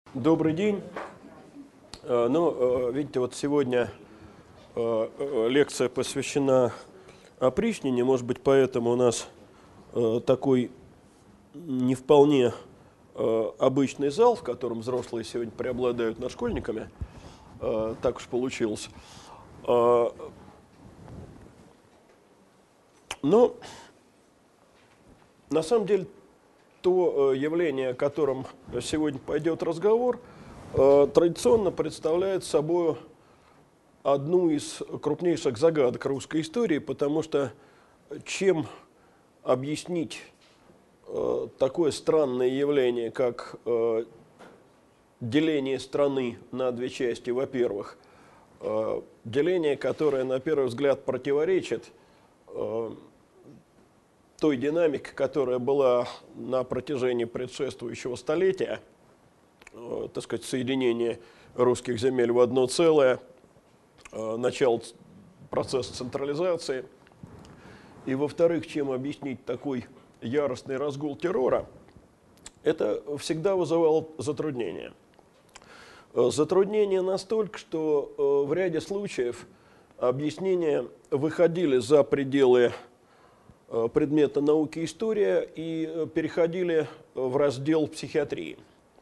Добрый день. Видите, вот сегодня лекция посвящена опричнине, может быть, поэтому у нас такой не вполне обычный зал, в котором взрослые сегодня преобладают над школьниками. Так уж получилось. Но на самом деле то явление, о котором сегодня пойдет разговор, традиционно представляет собой одну из крупнейших загадок русской истории, потому что чем объяснить такое странное явление, как деление страны на две части, во-первых, деление, которое на первый взгляд противоречит той динамике, которая была на протяжении предшествующего столетия, так сказать, соединение русских земель в одно целое, начало процесса централизации. И, во-вторых, чем объяснить такой яростный разгул террора, это всегда вызывало затруднения. Затруднения настолько, что в ряде случаев объяснения выходили за пределы предмета науки история и переходили в раздел психиатрии.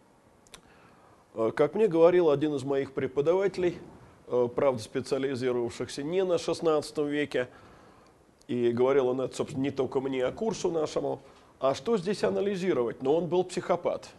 Как мне говорил один из моих преподавателей, правда специализировавшихся не на XVI веке, и говорил он это, собственно, не только мне, а курсу нашему, а что здесь анализировать? Но он был психопат.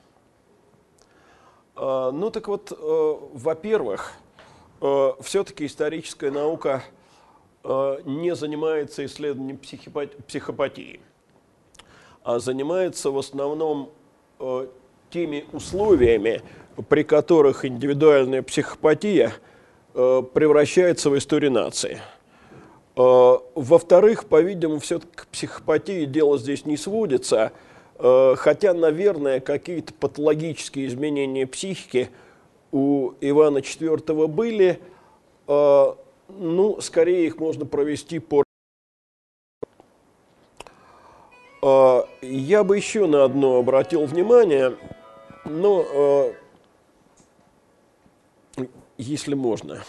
Ну так вот, во-первых, все-таки историческая наука не занимается исследованием психопатии, а занимается в основном теми условиями, при которых индивидуальная психопатия превращается в историю нации. Во-вторых, по-видимому, все-таки к психопатии дело здесь не сводится, хотя, наверное, какие-то патологические изменения психики у Ивана IV были. Ну, скорее их можно провести по... Я бы еще на одно обратил внимание, но если можно.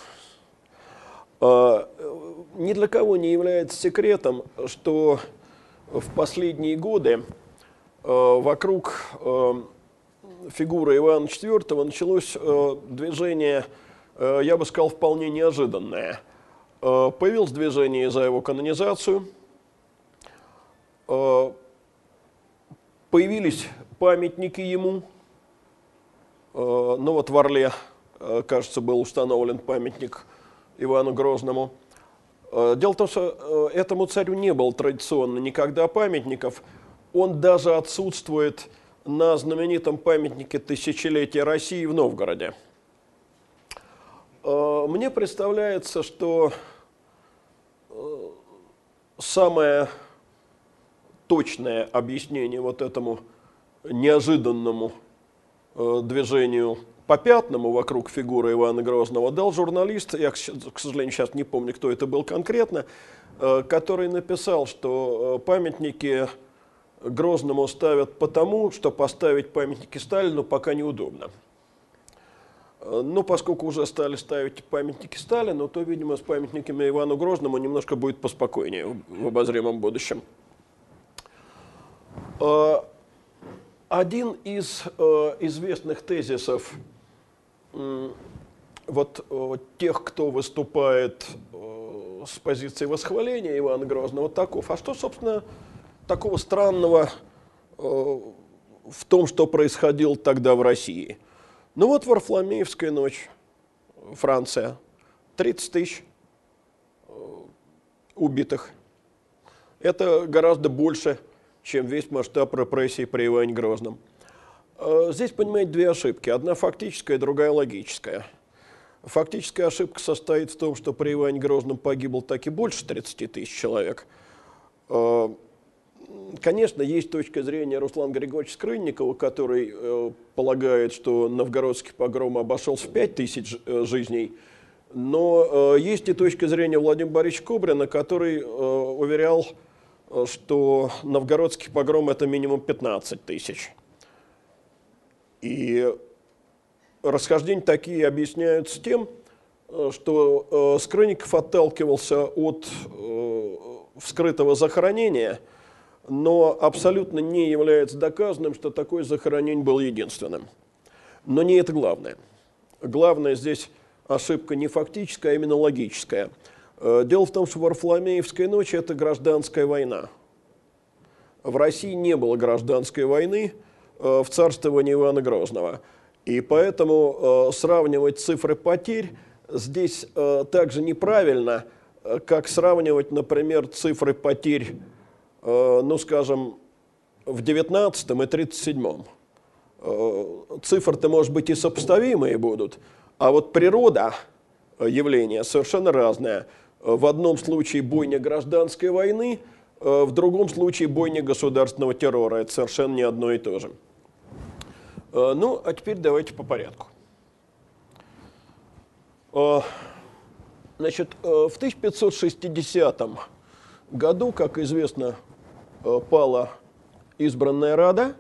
Ни для кого не является секретом, что в последние годы вокруг фигуры Ивана IV началось движение, я бы сказал, вполне неожиданное. Появилось движение за его канонизацию, появились памятники ему. Ну вот в Орле, кажется, был установлен памятник Ивану Грозному. Дело в том, что этому царю не было традиционно никогда памятников. Он даже отсутствует на знаменитом памятнике тысячелетия России в Новгороде. Мне представляется, что самое точное объяснение вот этому неожиданному движению попятному вокруг фигуры Ивана Грозного дал журналист, я, к сожалению, сейчас не помню, кто это был конкретно, который написал, что памятники Грозному ставят потому, что поставить памятники Сталину пока неудобно. Но поскольку уже стали ставить памятники Сталину, то, видимо, с памятниками Ивану Грозному немножко будет поспокойнее в обозримом будущем. Один из известных тезисов тех, кто выступает с позиции восхваления Ивана Грозного, таков. А что, собственно, такого странного в том, что происходило тогда в России? Ну вот Варфоломеевская ночь, Франция, 30 тысяч убитых. Это гораздо больше, чем весь масштаб репрессий при Иване Грозном. Здесь, понимаете, две ошибки. Одна фактическая, другая логическая. Фактическая ошибка состоит в том, что при Иване Грозном погибло таки больше 30 тысяч человек. Конечно, есть точка зрения Руслана Григорьевича Скрынникова, который полагает, что новгородский погром обошелся в 5 тысяч жизней. Но есть и точка зрения Владимира Борисовича Кобрина, который уверял, что новгородский погром – это минимум 15 тысяч. И расхождения такие объясняются тем, что Скрынников отталкивался от вскрытого захоронения, но абсолютно не является доказанным, что такое захоронение было единственным. Но не это главное. Главное здесь ошибка не фактическая, а именно логическая. Дело в том, что Варфоломеевская ночь – это гражданская война. В России не было гражданской войны в царствовании Ивана Грозного. И поэтому сравнивать цифры потерь здесь также неправильно, как сравнивать, например, цифры потерь, ну, скажем, в 19-м и 37-м. Цифры-то, может быть, и сопоставимые будут, а вот природа явления совершенно разная. В одном случае бойня гражданской войны, в другом случае бойня государственного террора. Это совершенно не одно и то же. Ну, а теперь давайте по порядку. Значит, в 1560 году, как известно, пала избранная Рада.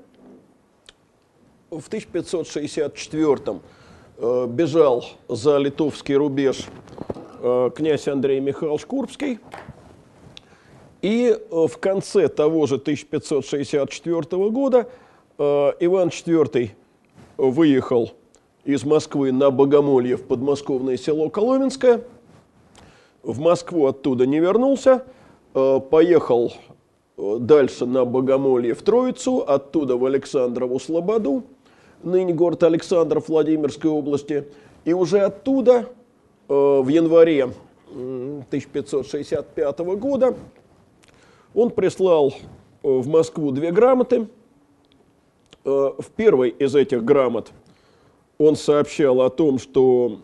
В 1564 бежал за литовский рубеж князь Андрей Михайлович Курбский. И в конце того же 1564 года Иван IV выехал из Москвы на Богомолье в подмосковное село Коломенское. В Москву оттуда не вернулся, поехал дальше на Богомолье в Троицу, оттуда в Александрову Слободу, ныне город Александров Владимирской области. И уже оттуда в январе 1565 года он прислал в Москву 2 грамоты. В первой из этих грамот он сообщал о том, что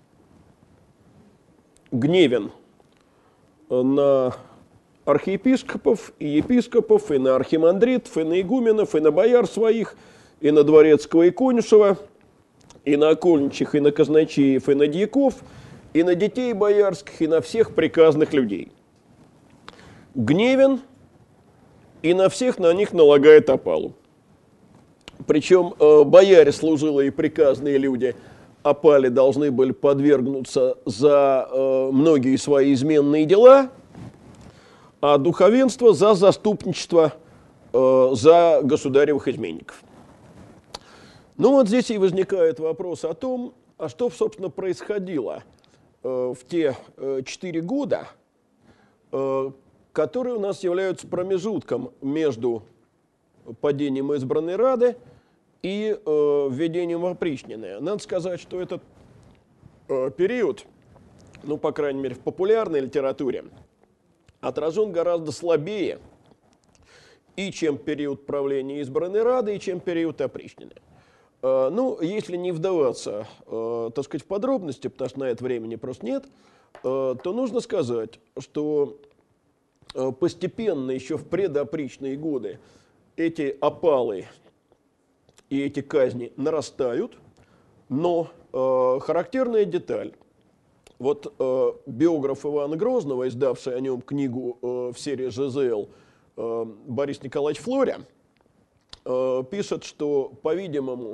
гневен на архиепископов и епископов, и на архимандритов, и на игуменов, и на бояр своих, и на Дворецкого и Конюшева, и на окольничих, и на казначеев, и на дьяков, и на детей боярских, и на всех приказных людей. Гневен и на всех на них налагает опалу. Причем бояре, служилые и приказные люди опале должны были подвергнуться за многие свои изменные дела, а духовенство за заступничество за государевых изменников. Ну вот здесь и возникает вопрос о том, а что, собственно, происходило в те 4 года, которые у нас являются промежутком между падением избранной Рады и введением опричнины. Надо сказать, что этот период, ну, по крайней мере, в популярной литературе, отражен гораздо слабее и чем период правления избранной Рады, и чем период опричнины. Ну, если не вдаваться, так сказать, в подробности, потому что на это времени просто нет, то нужно сказать, что постепенно еще в предопричные годы эти опалы и эти казни нарастают, но характерная деталь. Вот биограф Ивана Грозного, издавший о нем книгу в серии ЖЗЛ, Борис Николаевич Флоря, пишет, что, по-видимому,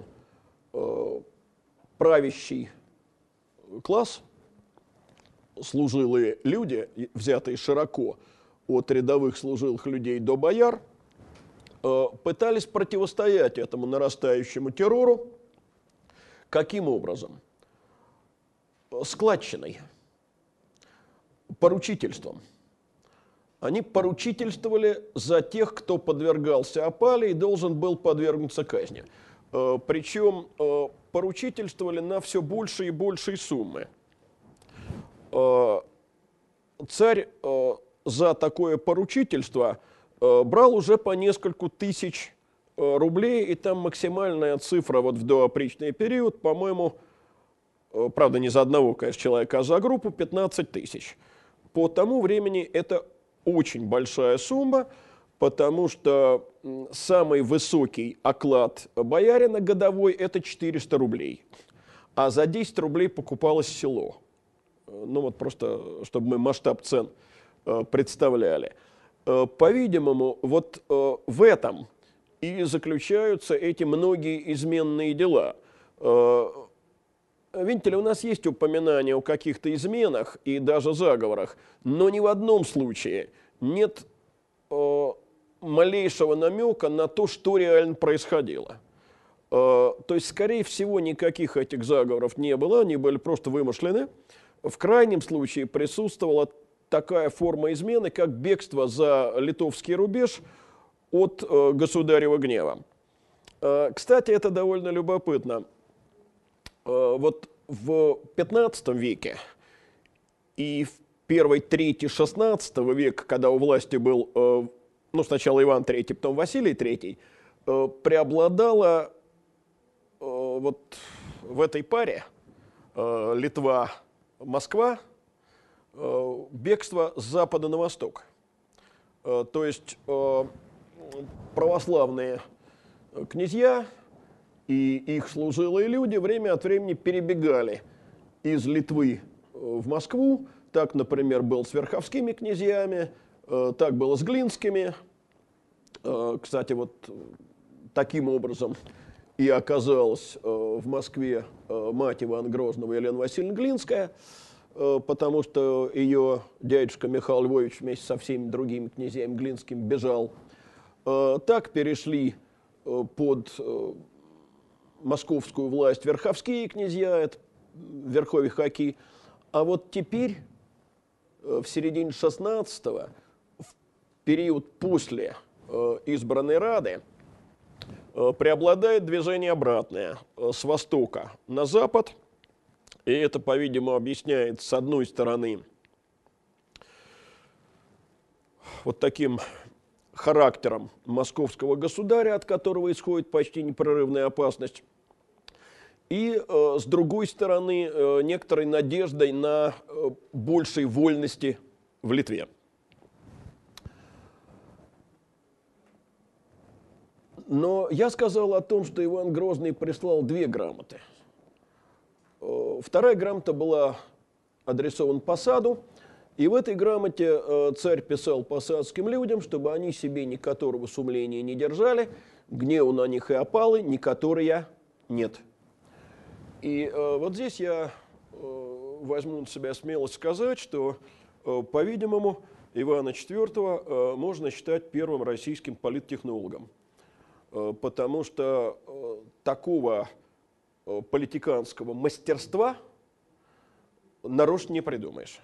правящий класс, служилые люди, взятые широко от рядовых служилых людей до бояр, пытались противостоять этому нарастающему террору. Каким образом? Складчиной, поручительством. Они поручительствовали за тех, кто подвергался опале и должен был подвергнуться казни. Причем поручительствовали на все большие и большие суммы. Царь за такое поручительство брал уже по нескольку тысяч рублей, и там максимальная цифра вот в доопричный период, по-моему, правда, не за одного, конечно, человека, а за группу 15 тысяч. По тому времени это очень большая сумма, потому что самый высокий оклад боярина годовой – это 400 рублей, а за 10 рублей покупалось село. Ну вот просто, чтобы мы масштаб цен представляли. По-видимому, вот в этом и заключаются эти многие изменные дела. видите ли, у нас есть упоминания о каких-то изменах и даже заговорах, но ни в одном случае нет малейшего намека на то, что реально происходило. То есть, скорее всего, никаких этих заговоров не было, они были просто вымышлены. В крайнем случае присутствовала такая форма измены, как бегство за литовский рубеж от государева гнева. Кстати, это довольно любопытно. Вот в 15 веке и в первой трети 16 века, когда у власти был, ну, сначала Иван III, потом Василий III, преобладала вот в этой паре Литва-Москва бегство с запада на восток. То есть православные князья и их служилые люди время от времени перебегали из Литвы в Москву. Так, например, было с верховскими князьями, так было с глинскими. Кстати, вот таким образом и оказалась в Москве мать Ивана Грозного Елена Васильевна Глинская, потому что ее дядюшка Михаил Львович вместе со всеми другими князьями глинскими бежал. Так перешли под московскую власть верховские князья, это верховье-хаки. А вот теперь, в середине 16-го, в период после избранной Рады, преобладает движение обратное, с востока на запад. И это, по-видимому, объясняет, с одной стороны, вот таким характером московского государя, от которого исходит почти непрерывная опасность, и, с другой стороны, некоторой надеждой на большей вольности в Литве. Но я сказал о том, что Иван Грозный прислал две грамоты. Вторая грамота была адресована Посаду, и в этой грамоте царь писал посадским людям, чтобы они себе никакого сумления не держали, гневу на них и опалы, никакого нет. И вот здесь я возьму на себя смелость сказать, что, по-видимому, Ивана IV можно считать первым российским политтехнологом, потому что такого политиканского мастерства нарочно не придумаешь.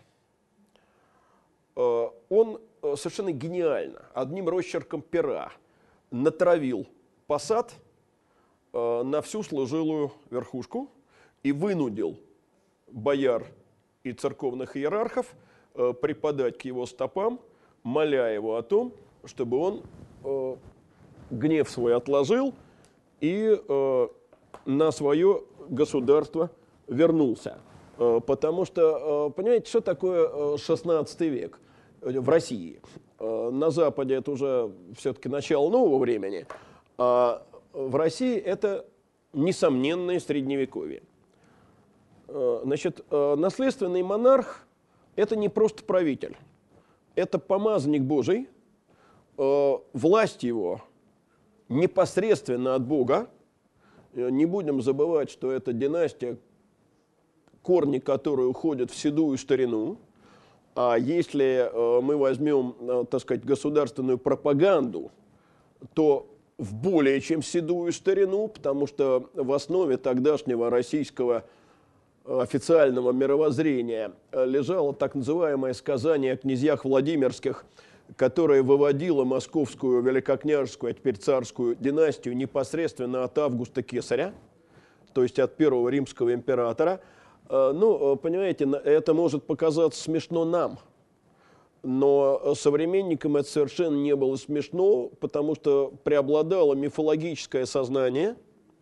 Он совершенно гениально, одним росчерком пера натравил Посад на всю служилую верхушку и вынудил бояр и церковных иерархов припадать к его стопам, моля его о том, чтобы он гнев свой отложил и на свое государство вернулся. Потому что, понимаете, что такое 16 век в России? На Западе это уже все-таки начало нового времени, а в России это несомненное средневековье. Значит, наследственный монарх – это не просто правитель, это помазанник Божий, власть его непосредственно от Бога. Не будем забывать, что это династия, корни которой уходят в седую старину. А если мы возьмем, так сказать, государственную пропаганду, то в более чем седую старину, потому что в основе тогдашнего российского официального мировоззрения лежало так называемое сказание о князьях Владимирских, которое выводило московскую великокняжескую, а теперь царскую династию непосредственно от Августа Кесаря, то есть от первого римского императора. Ну, понимаете, это может показаться смешно нам, но современникам это совершенно не было смешно, потому что преобладало мифологическое сознание.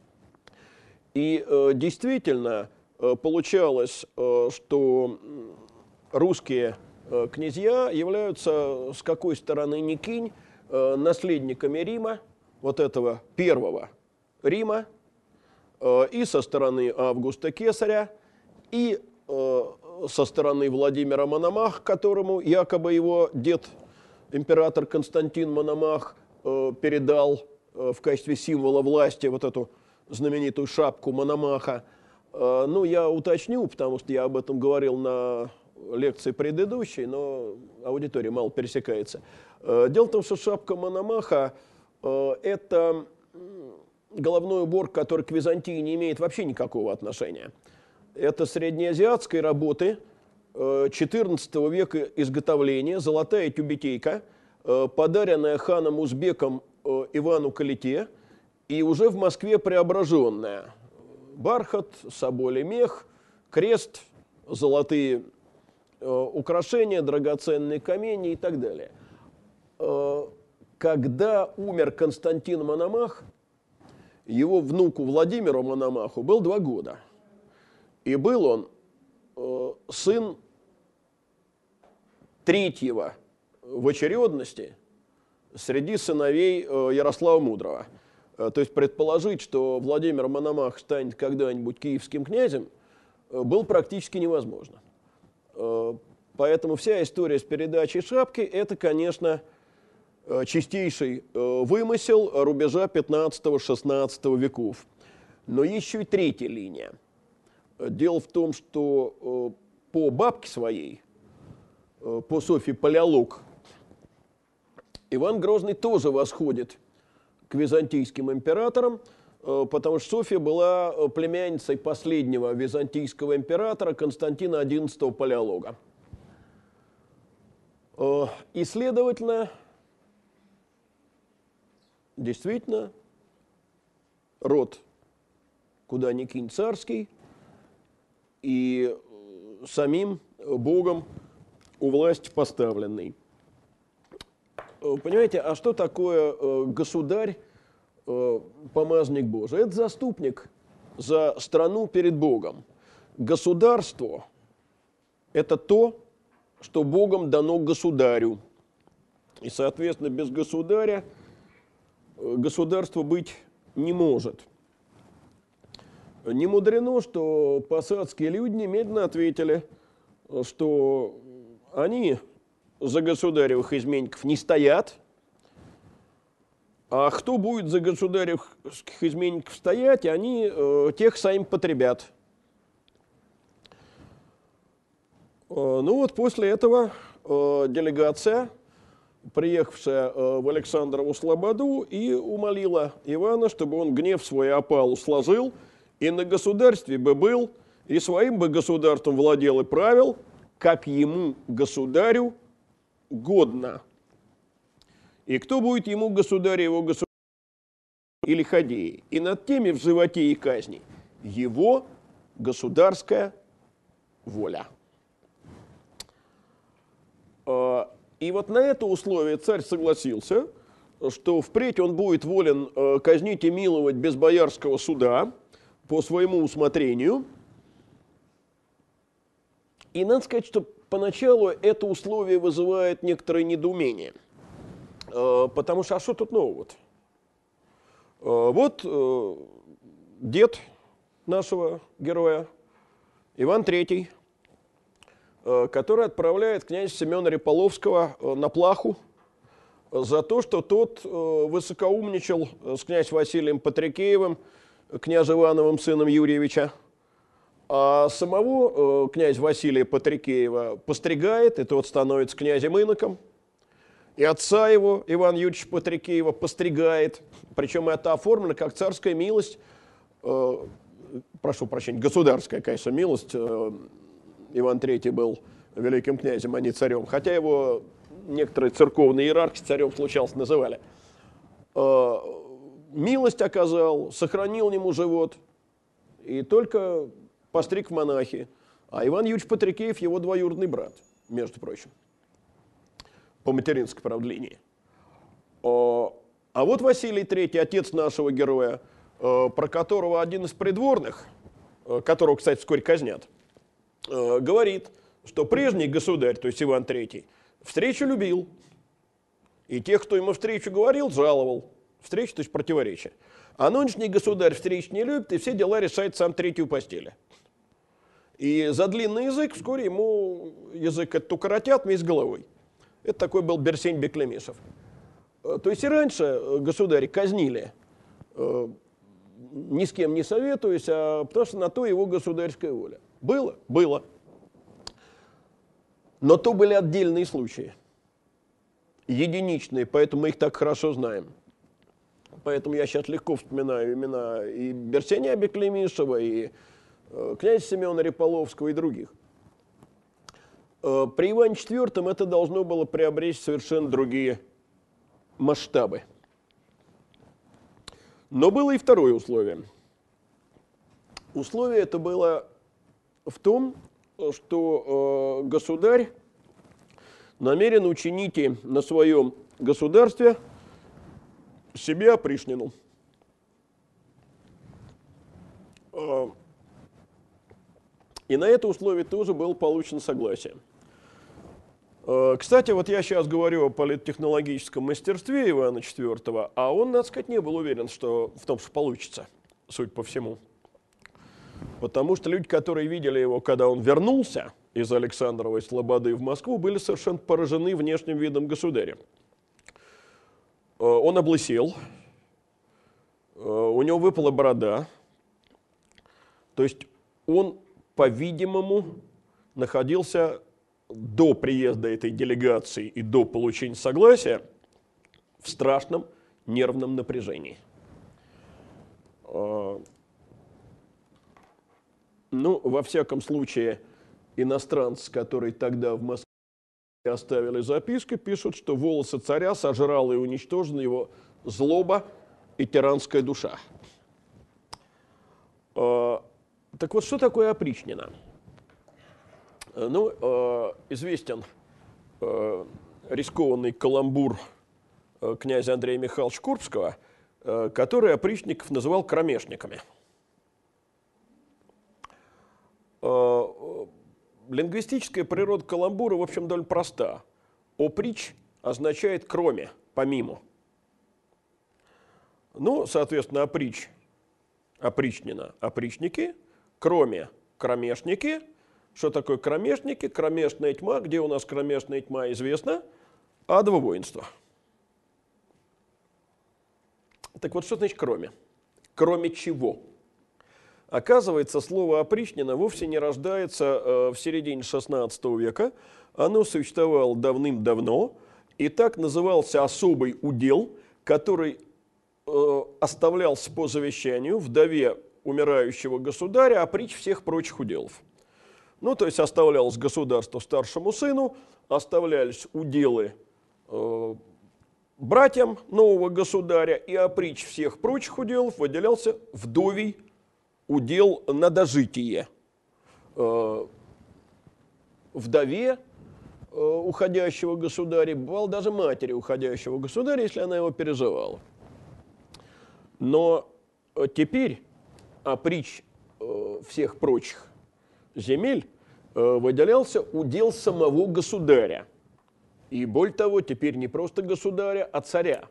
И действительно получалось, что русские князья являются, с какой стороны ни кинь, наследниками Рима, вот этого первого Рима, и со стороны Августа Кесаря, и со стороны Владимира Мономаха, которому якобы его дед, император Константин Мономах, передал в качестве символа власти вот эту знаменитую шапку Мономаха. Ну, я уточню, потому что я об этом говорил на лекции предыдущей, но аудитория мало пересекается. Дело в том, что шапка Мономаха это головной убор, который к Византии не имеет вообще никакого отношения. Это среднеазиатской работы XIV века изготовления, золотая тюбетейка, подаренная ханом Узбеком Ивану Калите и уже в Москве преображенная. Бархат, соболей мех, крест, золотые украшения, драгоценные камни и так далее. Когда умер Константин Мономах, его внуку Владимиру Мономаху был 2 года. И был он сын 3-го в очередности среди сыновей Ярослава Мудрого. То есть предположить, что Владимир Мономах станет когда-нибудь киевским князем, было практически невозможно. Поэтому вся история с передачей шапки – это, конечно, чистейший вымысел рубежа 15-16 веков. Но еще и 3-я линия. Дело в том, что по бабке своей, по Софье Палеолог, Иван Грозный тоже восходит к византийским императорам, потому что Софья была племянницей последнего византийского императора Константина XI Палеолога. И, следовательно, действительно, род куда ни кинь царский, и самим Богом у власти поставленный. Понимаете, а что такое государь, помазанник Божий? Это заступник за страну перед Богом. Государство – это то, что Богом дано государю. И, соответственно, без государя государство быть не может. Не мудрено, что посадские люди немедленно ответили, что они за государевых изменников не стоят, а кто будет за государевых изменников стоять, они тех сами потребят. Ну вот после этого делегация, приехавшая в Александрову Слободу, и умолила Ивана, чтобы он гнев свой опалу сложил, и на государстве бы был, и своим бы государством владел и правил, как ему, государю, годно. И кто будет ему государь, его государь или ходеи? И над теми в животе и казни его государская воля. И вот на это условие царь согласился, что впредь он будет волен казнить и миловать без боярского суда по своему усмотрению. И надо сказать, что поначалу это условие вызывает некоторое недоумение. Потому что, а что тут нового-то? Вот дед нашего героя, Иван III, который отправляет князя Семена Реполовского на плаху за то, что тот высокоумничал с князем Василием Патрикеевым, князем Ивановым, сыном Юрьевича, а самого князя Василия Патрикеева постригает, и тот становится князем иноком, и отца его, Ивана Юрьевича Патрикеева, постригает, причем это оформлено как царская милость, прошу прощения, государская, конечно, милость. Иван III был великим князем, а не царем, хотя его некоторые церковные иерархи царем случалось называли. Милость оказал, сохранил ему живот и только постриг в монахи. А Иван Юрьевич Патрикеев его двоюродный брат, между прочим, по материнской, правда, линии. А вот Василий III, отец нашего героя, про которого один из придворных, которого, кстати, вскоре казнят, говорит, что прежний государь, то есть Иван III, встречу любил. И тех, кто ему встречу говорил, жаловал. Встреча, то есть противоречие. А нынешний государь встречи не любит, и все дела решает сам третий у постели. И за длинный язык вскоре ему язык этот укоротят вместе с головой. Это такой был Берсень Беклемишев. То есть и раньше государи казнили ни с кем не советуюсь, а потому что на то его государская воля. Было? Было. Но то были отдельные случаи, единичные, поэтому мы их так хорошо знаем. Поэтому я сейчас легко вспоминаю имена и Берсения Беклемишева, и князя Семена Реполовского, и других. При Иване IV это должно было приобрести совершенно другие масштабы. Но было и второе условие. Условие это было в том, что государь намерен учинить на своем государстве себе опричнину. И на это условие тоже было получено согласие. Кстати, вот я сейчас говорю о политтехнологическом мастерстве Ивана IV, а он, надо сказать, не был уверен в том, что получится, судя по всему. Потому что люди, которые видели его, когда он вернулся из Александровой Слободы в Москву, были совершенно поражены внешним видом государя. Он облысел, у него выпала борода, то есть он, по-видимому, находился до приезда этой делегации и до получения согласия в страшном нервном напряжении. Ну, во всяком случае, иностранцы, которые тогда в Москве оставили записку, пишут, что волосы царя сожрала и уничтожена его злоба и тиранская душа. Так вот, что такое опричнина? Ну, известен рискованный каламбур князя Андрея Михайловича Курбского, который опричников называл кромешниками. Лингвистическая природа каламбура, в общем, довольно проста. Оприч означает кроме, помимо. Ну, соответственно, оприч, опричнина, опричники, кроме, кромешники. Что такое кромешники? Кромешная тьма. Где у нас кромешная тьма, известно? Адово воинство. Так вот, что значит кроме? Кроме чего? Оказывается, слово опричнина вовсе не рождается в середине XVI века. Оно существовало давным-давно. И так назывался особый удел, который оставлялся по завещанию вдове умирающего государя опричь всех прочих уделов. Ну, то есть оставлялось государство старшему сыну, оставлялись уделы братьям нового государя, и опричь всех прочих уделов выделялся вдовий удел на дожитие. Вдове уходящего государя, бывало даже матери уходящего государя, если она его переживала. Но теперь опричь всех прочих земель выделялся удел самого государя. И более того, теперь не просто государя, а царя.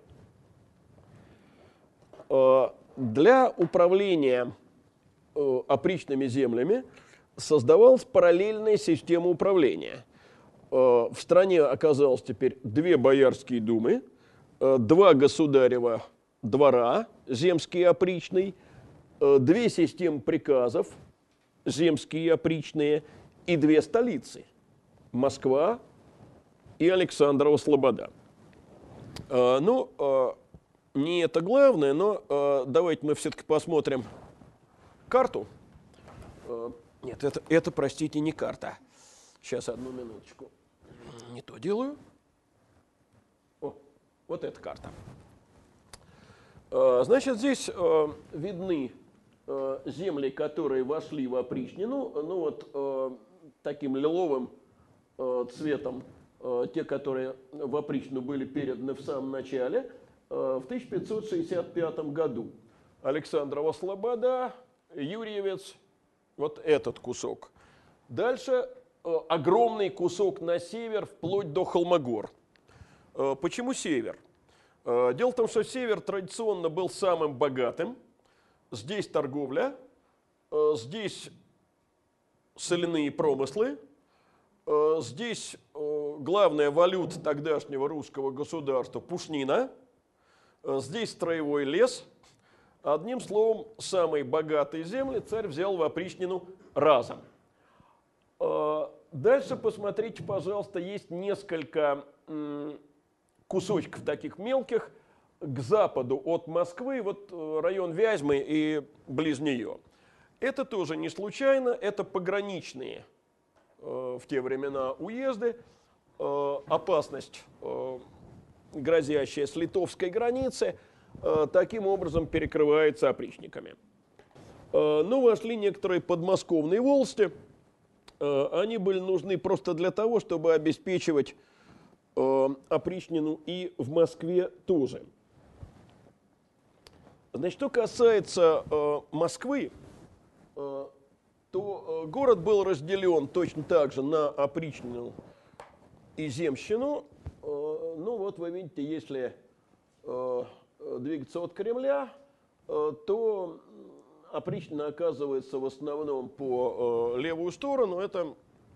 Для управления опричными землями создавалась параллельная система управления. В стране оказалось теперь две боярские думы, два государева двора, земский и опричный, две системы приказов, земские и опричные, и две столицы – Москва и Александрова Слобода. Ну, не это главное, но давайте мы все-таки посмотрим карту. Нет, это, простите, не карта. Сейчас, одну минуточку. Не то делаю. О, вот эта карта. Значит, здесь видны земли, которые вошли в опричнину. Ну вот таким лиловым цветом те, которые в опричнину были переданы в самом начале, в 1565 году. Александрова Слобода, Юрьевец, вот этот кусок. Дальше огромный кусок на север, вплоть до Холмогор. Почему север? Дело в том, что север традиционно был самым богатым. Здесь торговля, здесь соляные промыслы, здесь главная валюта тогдашнего русского государства – пушнина, здесь строевой лес, Одним словом, самые богатые земли царь взял в опричнину разом. Дальше посмотрите, пожалуйста, есть несколько кусочков таких мелких к западу от Москвы, вот район Вязьмы и близ нее. Это тоже не случайно, это пограничные в те времена уезды, опасность, грозящая с литовской границы, таким образом перекрывается опричниками. Но вошли некоторые подмосковные волости, они были нужны просто для того, чтобы обеспечивать опричнину и в Москве тоже. Значит, что касается Москвы, то город был разделен точно так же на опричнину и земщину. Ну вот вы видите, если двигаться от Кремля, то опричнина оказывается в основном по левую сторону. Это,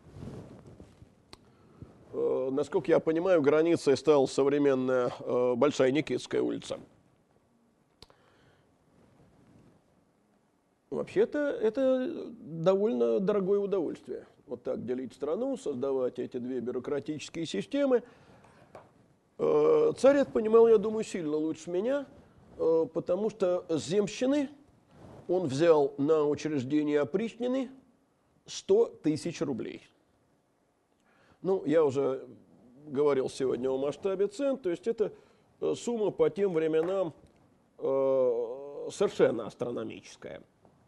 насколько я понимаю, границей стала современная Большая Никитская улица. Вообще-то это довольно дорогое удовольствие. Вот так делить страну, создавать эти две бюрократические системы. Царь это понимал, я думаю, сильно лучше меня, потому что с земщины он взял на учреждение опричнины 100 тысяч рублей. Ну, я уже говорил сегодня о масштабе цен, то есть это сумма по тем временам совершенно астрономическая.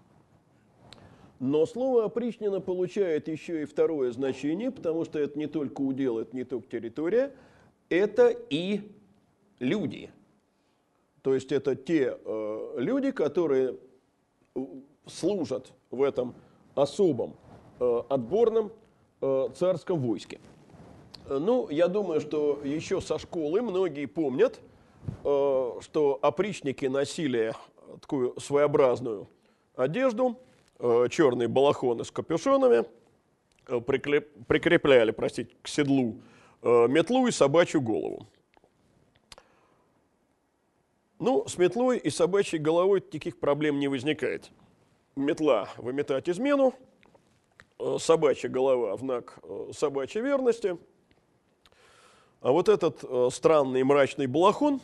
Но слово опричнина получает еще и второе значение, потому что это не только удел, это не только территория, это и люди. То есть это те люди, которые служат в этом особом отборном царском войске. Ну, я думаю, что еще со школы многие помнят, что опричники носили такую своеобразную одежду, черные балахоны с капюшонами, прикрепляли, простите, к седлу метлу и собачью голову. Ну, с метлой и собачьей головой таких проблем не возникает. Метла – выметать измену, собачья голова – в знак собачьей верности. А вот этот странный мрачный балахон,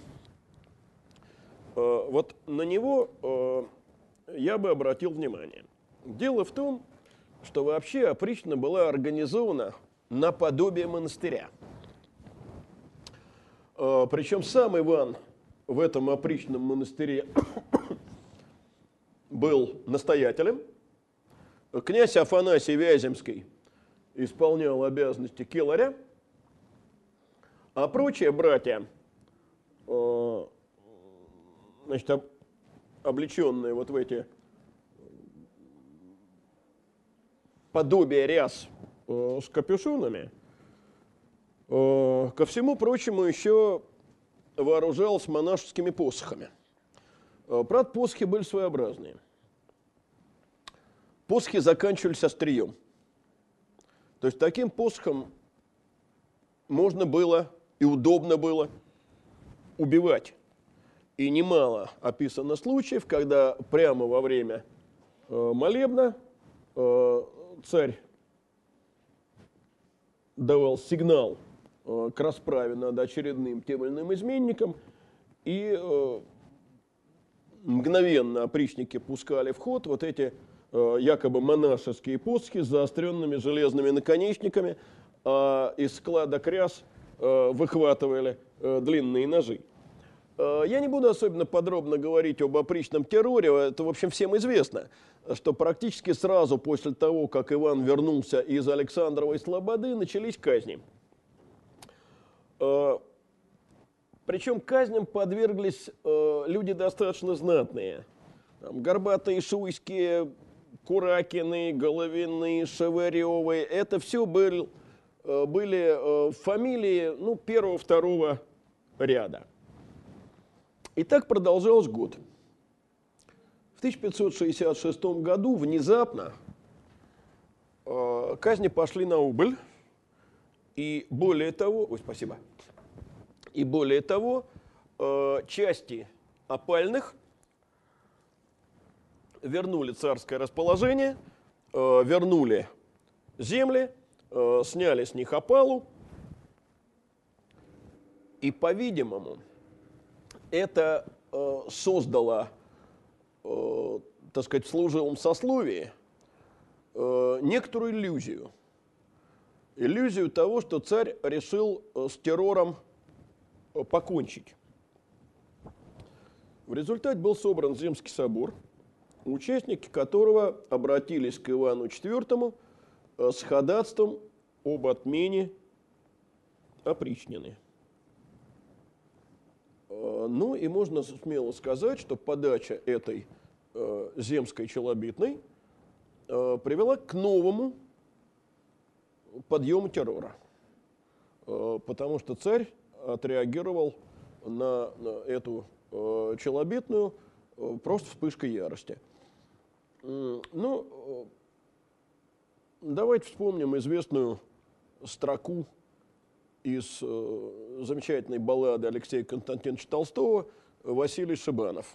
вот на него я бы обратил внимание. Дело в том, что вообще опричнина была организована наподобие монастыря. Причем сам Иван в этом опричном монастыре был настоятелем. Князь Афанасий Вяземский исполнял обязанности келаря, а прочие братья, значит, облеченные вот в эти подобия ряс с капюшонами, ко всему прочему еще вооружался монашескими посохами. Правда, посохи были своеобразные. Посохи заканчивались острием. То есть таким посохом можно было и удобно было убивать. И немало описано случаев, когда прямо во время молебна царь давал сигнал к расправе над очередным тем или иным изменником, и мгновенно опричники пускали в ход вот эти якобы монашеские посохи с заостренными железными наконечниками, а из складок ряс выхватывали длинные ножи. Я не буду особенно подробно говорить об опричном терроре, это, в общем, всем известно, что практически сразу после того, как Иван вернулся из Александровой Слободы, начались казни. Причем казням подверглись люди достаточно знатные. Там, Горбатые, Шуйские, Куракины, Головины, Шевыревы. Это все были фамилии, ну, первого-второго ряда. И так продолжалось год. В 1566 году внезапно казни пошли на убыль. И более того, части опальных вернули царское расположение, вернули земли, сняли с них опалу. И, по-видимому, это создало, так сказать, в служилом сословии некоторую иллюзию. Иллюзию того, что царь решил с террором покончить. В результате был собран Земский собор, участники которого обратились к Ивану IV с ходатайством об отмене опричнины. Ну и можно смело сказать, что подача этой земской челобитной привела к новому подъему террора, потому что царь отреагировал на эту челобитную просто вспышкой ярости. Ну, давайте вспомним известную строку из замечательной баллады Алексея Константиновича Толстого «Василий Шибанов».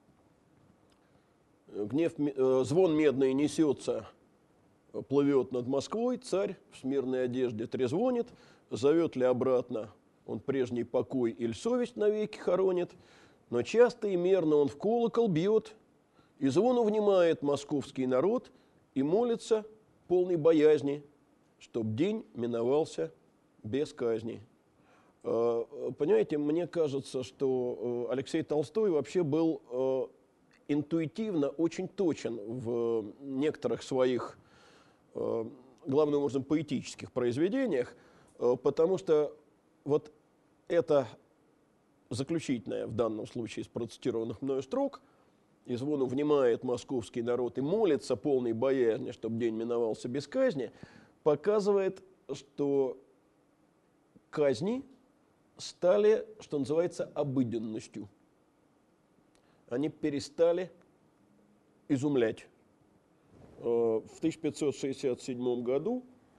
Звон медный несется, плывет над Москвой, царь в смирной одежде трезвонит, зовет ли обратно он прежний покой или совесть навеки хоронит, но часто и мерно он в колокол бьет, и звону внимает московский народ и молится полной боязни, чтоб день миновался без казни. Понимаете, мне кажется, что Алексей Толстой вообще был интуитивно очень точен в некоторых своих, главным образом, поэтических произведениях, потому что вот это заключительное в данном случае из процитированных мною строк: «И звону внимает московский народ и молится полной боязни, чтобы день миновался без казни», показывает, что казни стали, что называется, обыденностью. Они перестали изумлять. В 1567 году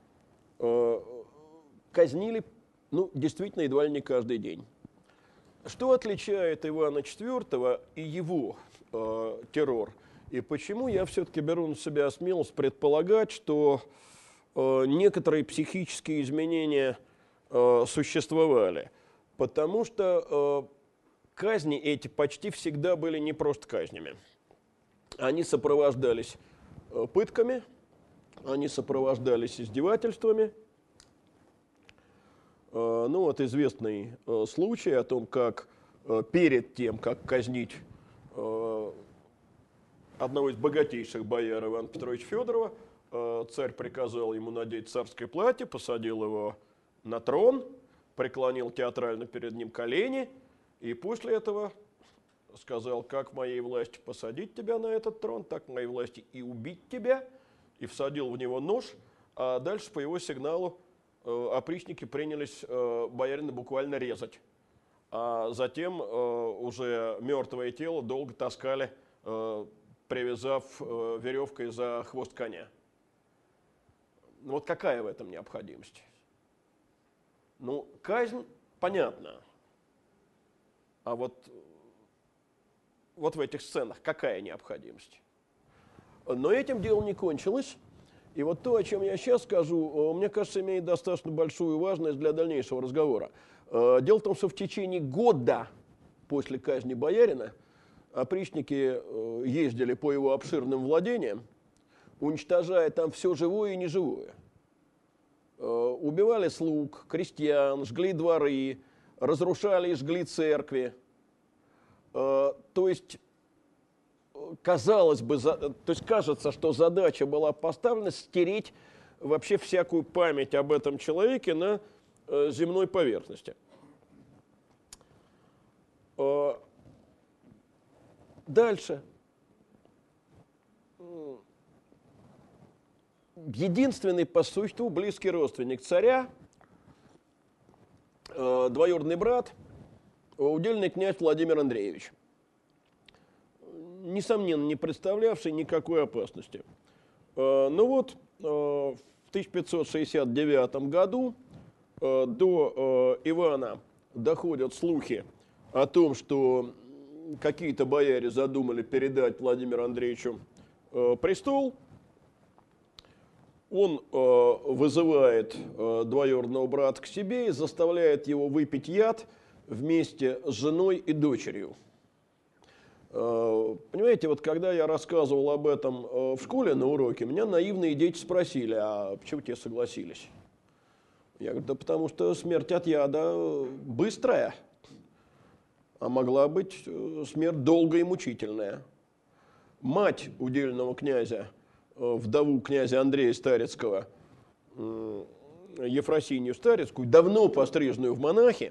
казнили, действительно, едва ли не каждый день. Что отличает Ивана IV и его террор? И почему я все-таки беру на себя смелость предполагать, что некоторые психические изменения существовали? Потому что казни эти почти всегда были не просто казнями. Они сопровождались пытками, они сопровождались издевательствами. Вот известный случай о том, как перед тем, как казнить одного из богатейших бояр Ивана Петровича Федорова, царь приказал ему надеть царское платье, посадил его на трон, преклонил театрально перед ним колени и после этого сказал: как в моей власти посадить тебя на этот трон, так в моей власти и убить тебя, и всадил в него нож, а дальше по его сигналу опричники принялись боярина буквально резать, а затем уже мертвое тело долго таскали, привязав веревкой за хвост коня. Вот какая в этом необходимость? Казнь понятна, а вот в этих сценах какая необходимость? Но этим дело не кончилось. И вот то, о чем я сейчас скажу, мне кажется, имеет достаточно большую важность для дальнейшего разговора. Дело в том, что в течение года после казни боярина опричники ездили по его обширным владениям, уничтожая там все живое и неживое. Убивали слуг, крестьян, жгли дворы, разрушали и жгли церкви. То есть, казалось бы, кажется, что задача была поставлена стереть вообще всякую память об этом человеке на земной поверхности. Дальше. Единственный по существу близкий родственник царя, двоюродный брат, удельный князь Владимир Андреевич, несомненно, не представлявший никакой опасности. В 1569 году до Ивана доходят слухи о том, что какие-то бояре задумали передать Владимиру Андреевичу престол, он вызывает двоюродного брата к себе и заставляет его выпить яд вместе с женой и дочерью. Понимаете, вот когда я рассказывал об этом в школе на уроке, меня наивные дети спросили, а почему те согласились? Я говорю, да потому что смерть от яда быстрая, а могла быть смерть долгая и мучительная. Мать удельного князя, вдову князя Андрея Старицкого, Ефросинью Старицкую, давно постриженную в монахи,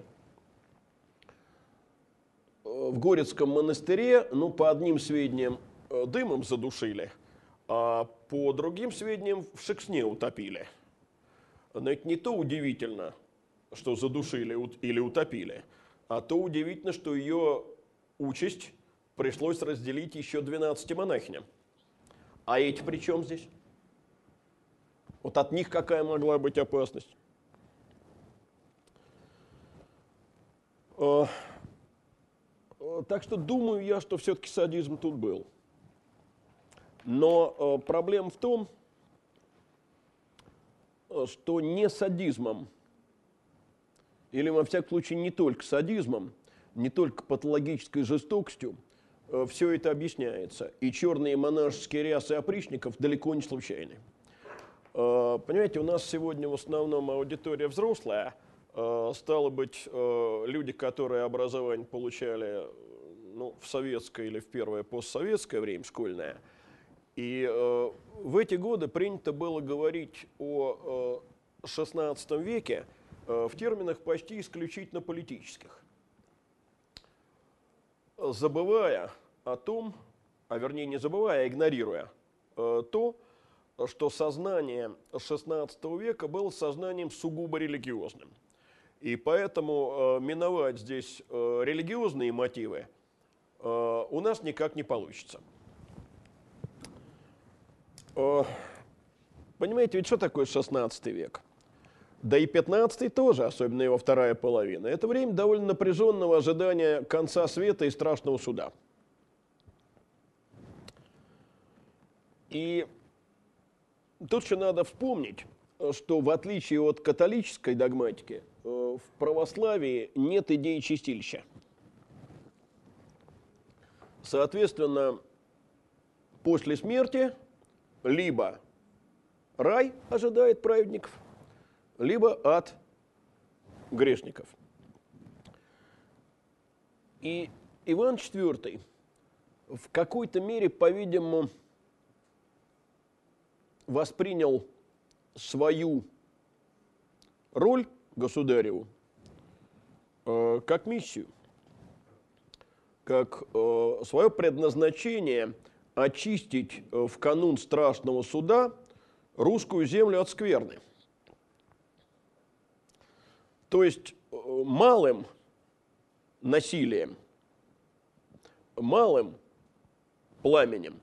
в Горецком монастыре, ну, по одним сведениям, дымом задушили, а по другим сведениям в Шексне утопили. Но это не то удивительно, что задушили или утопили, а то удивительно, что ее участь пришлось разделить еще 12 монахиням. А эти при чем здесь? Вот от них какая могла быть опасность? Так что думаю я, что все-таки садизм тут был. Но проблема в том, что не садизмом, или во всяком случае не только садизмом, не только патологической жестокостью, все это объясняется. И черные монашеские рясы опричников далеко не случайны. Понимаете, у нас сегодня в основном аудитория взрослая. Стало быть, люди, которые образование получали в советское или в первое постсоветское время школьное. И в эти годы принято было говорить о XVI веке в терминах почти исключительно политических, забывая о том, а вернее не забывая, а игнорируя то, что сознание XVI века было сознанием сугубо религиозным. И поэтому миновать здесь религиозные мотивы у нас никак не получится. Понимаете, ведь что такое XVI век? Да и XV тоже, особенно его вторая половина. Это время довольно напряженного ожидания конца света и страшного суда. И тут еще надо вспомнить, что в отличие от католической догматики, в православии нет идеи чистилища. Соответственно, после смерти либо рай ожидает праведников, либо ад грешников. И Иван IV в какой-то мере, по-видимому, воспринял свою роль государеву как миссию, как свое предназначение очистить в канун страшного суда русскую землю от скверны. То есть малым насилием, малым пламенем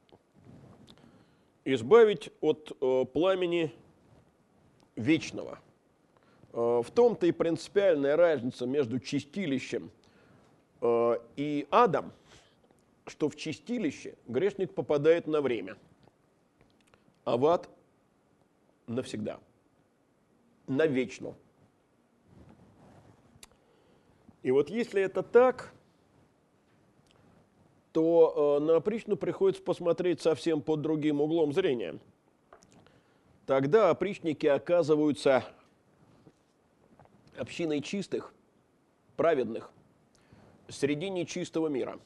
избавить от пламени вечного. В том-то и принципиальная разница между чистилищем и адом, что в чистилище грешник попадает на время, а в ад навсегда, навечно. И вот если это так, то на опричнину приходится посмотреть совсем под другим углом зрения. Тогда опричники оказываются общиной чистых, праведных, среди нечистого мира.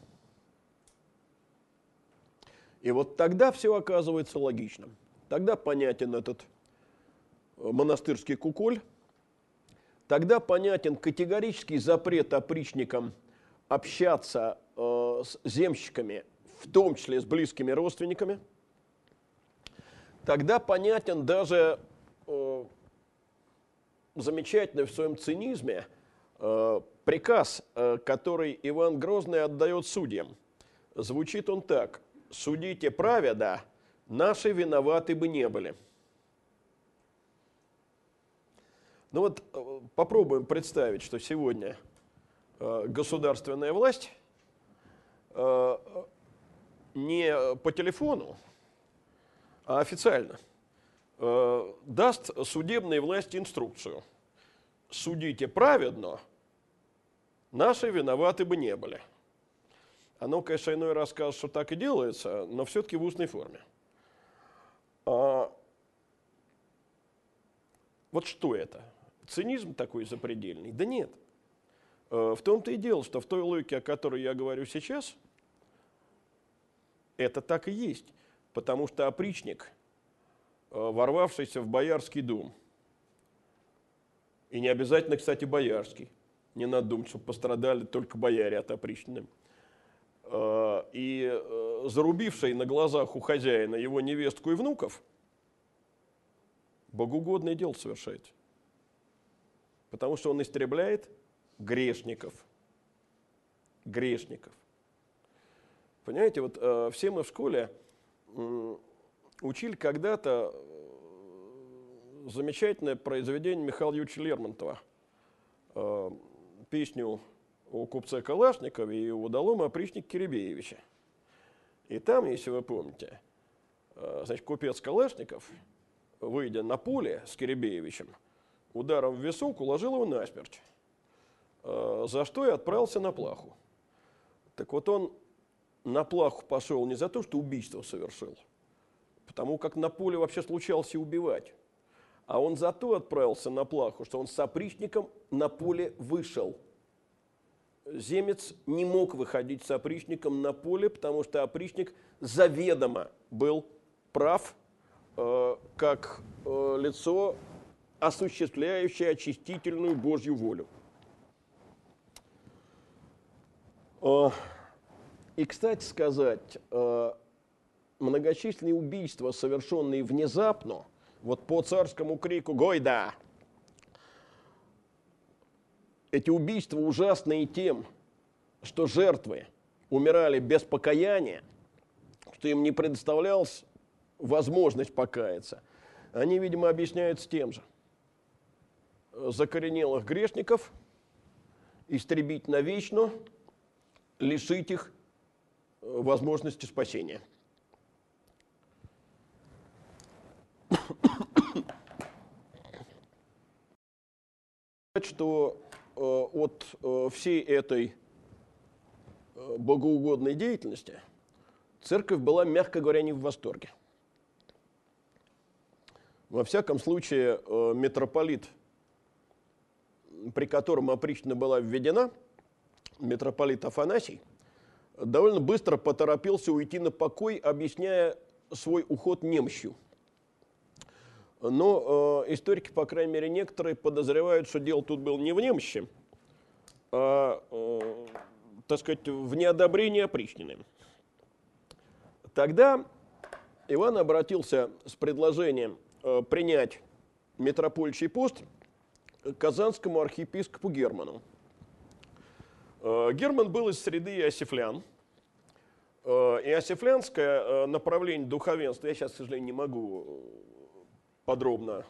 И вот тогда все оказывается логичным. Тогда понятен этот монастырский куколь, тогда понятен категорический запрет опричникам общаться с земщиками, в том числе с близкими родственниками. Тогда понятен даже замечательный в своем цинизме приказ, который Иван Грозный отдает судьям. Звучит он так: «Судите праведно, наши виноваты бы не были». Ну вот попробуем представить, что сегодня государственная власть не по телефону а официально, даст судебной власти инструкцию: судите праведно, наши виноваты бы не были. Оно, конечно, иной раз скажет, что так и делается, но все-таки в устной форме. Вот что это? Цинизм такой запредельный? Да нет. В том-то и дело, что в той логике, о которой я говорю сейчас, это так и есть. Потому что опричник, ворвавшийся в боярский дом, и не обязательно, кстати, боярский, не надо думать, что пострадали только бояре от опричнины, и зарубивший на глазах у хозяина его невестку и внуков, богоугодное дело совершает. Потому что он истребляет грешников. Грешников. Понимаете, вот все мы в школе учили когда-то замечательное произведение Михаила Юрьевича Лермонтова, песню о купце Калашникове и удалом опричнике Киребеевиче. И там, если вы помните, значит, купец Калашников, выйдя на поле с Киребеевичем, ударом в висок уложил его насмерть, за что и отправился на плаху. Так вот он на плаху пошел не за то, что убийство совершил, потому как на поле вообще случалось и убивать, а он за то отправился на плаху, что он с опричником на поле вышел. Земец не мог выходить с опричником на поле, потому что опричник заведомо был прав, как лицо, осуществляющее очистительную Божью волю. И, кстати сказать, многочисленные убийства, совершенные внезапно, вот по царскому крику «Гойда!», эти убийства ужасные тем, что жертвы умирали без покаяния, что им не предоставлялась возможность покаяться. Они, видимо, объясняются тем же. Закоренелых грешников истребить навечно, лишить их возможности спасения. Что от всей этой богоугодной деятельности церковь была, мягко говоря, не в восторге. Во всяком случае, митрополит, при котором опричнина была введена, митрополит Афанасий, довольно быстро поторопился уйти на покой, объясняя свой уход немощью. Но историки, по крайней мере, некоторые подозревают, что дело тут было не в немощи, а, так сказать, в неодобрении опричнины. Тогда Иван обратился с предложением принять митрополичий пост к казанскому архиепископу Герману. Герман был из среды иосифлян. Иосифлянское направление духовенства, я сейчас, к сожалению, не могу подробно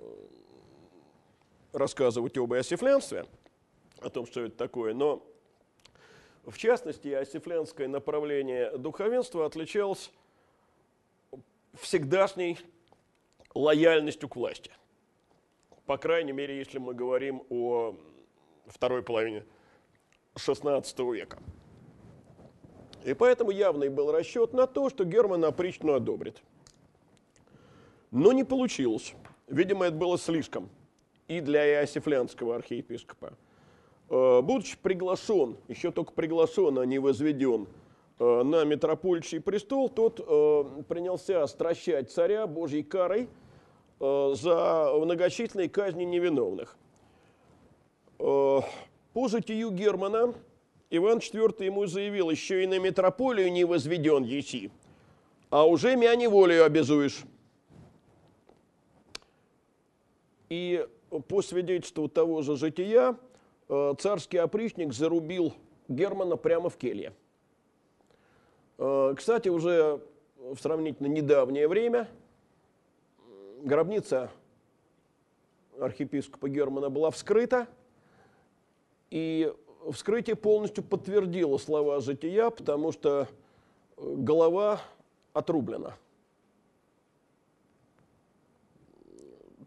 рассказывать об иосифлянстве, о том, что это такое, но в частности иосифлянское направление духовенства отличалось всегдашней лояльностью к власти. По крайней мере, если мы говорим о второй половине XVI века. И поэтому явный был расчет на то, что Герман опричнину одобрит. Но не получилось. Видимо, это было слишком и для иосифлянского архиепископа. Будучи приглашен, еще только приглашен, а не возведен на митрополичий престол, тот принялся стращать царя Божьей карой за многочисленные казни невиновных. По житию Германа Иван IV ему заявил: еще и на митрополию не возведен еси, а уже мя неволею обязуешь. И по свидетельству того же жития, царский опричник зарубил Германа прямо в келье. Кстати, уже в сравнительно недавнее время гробница архиепископа Германа была вскрыта, и вскрытие полностью подтвердило слова жития, потому что голова отрублена.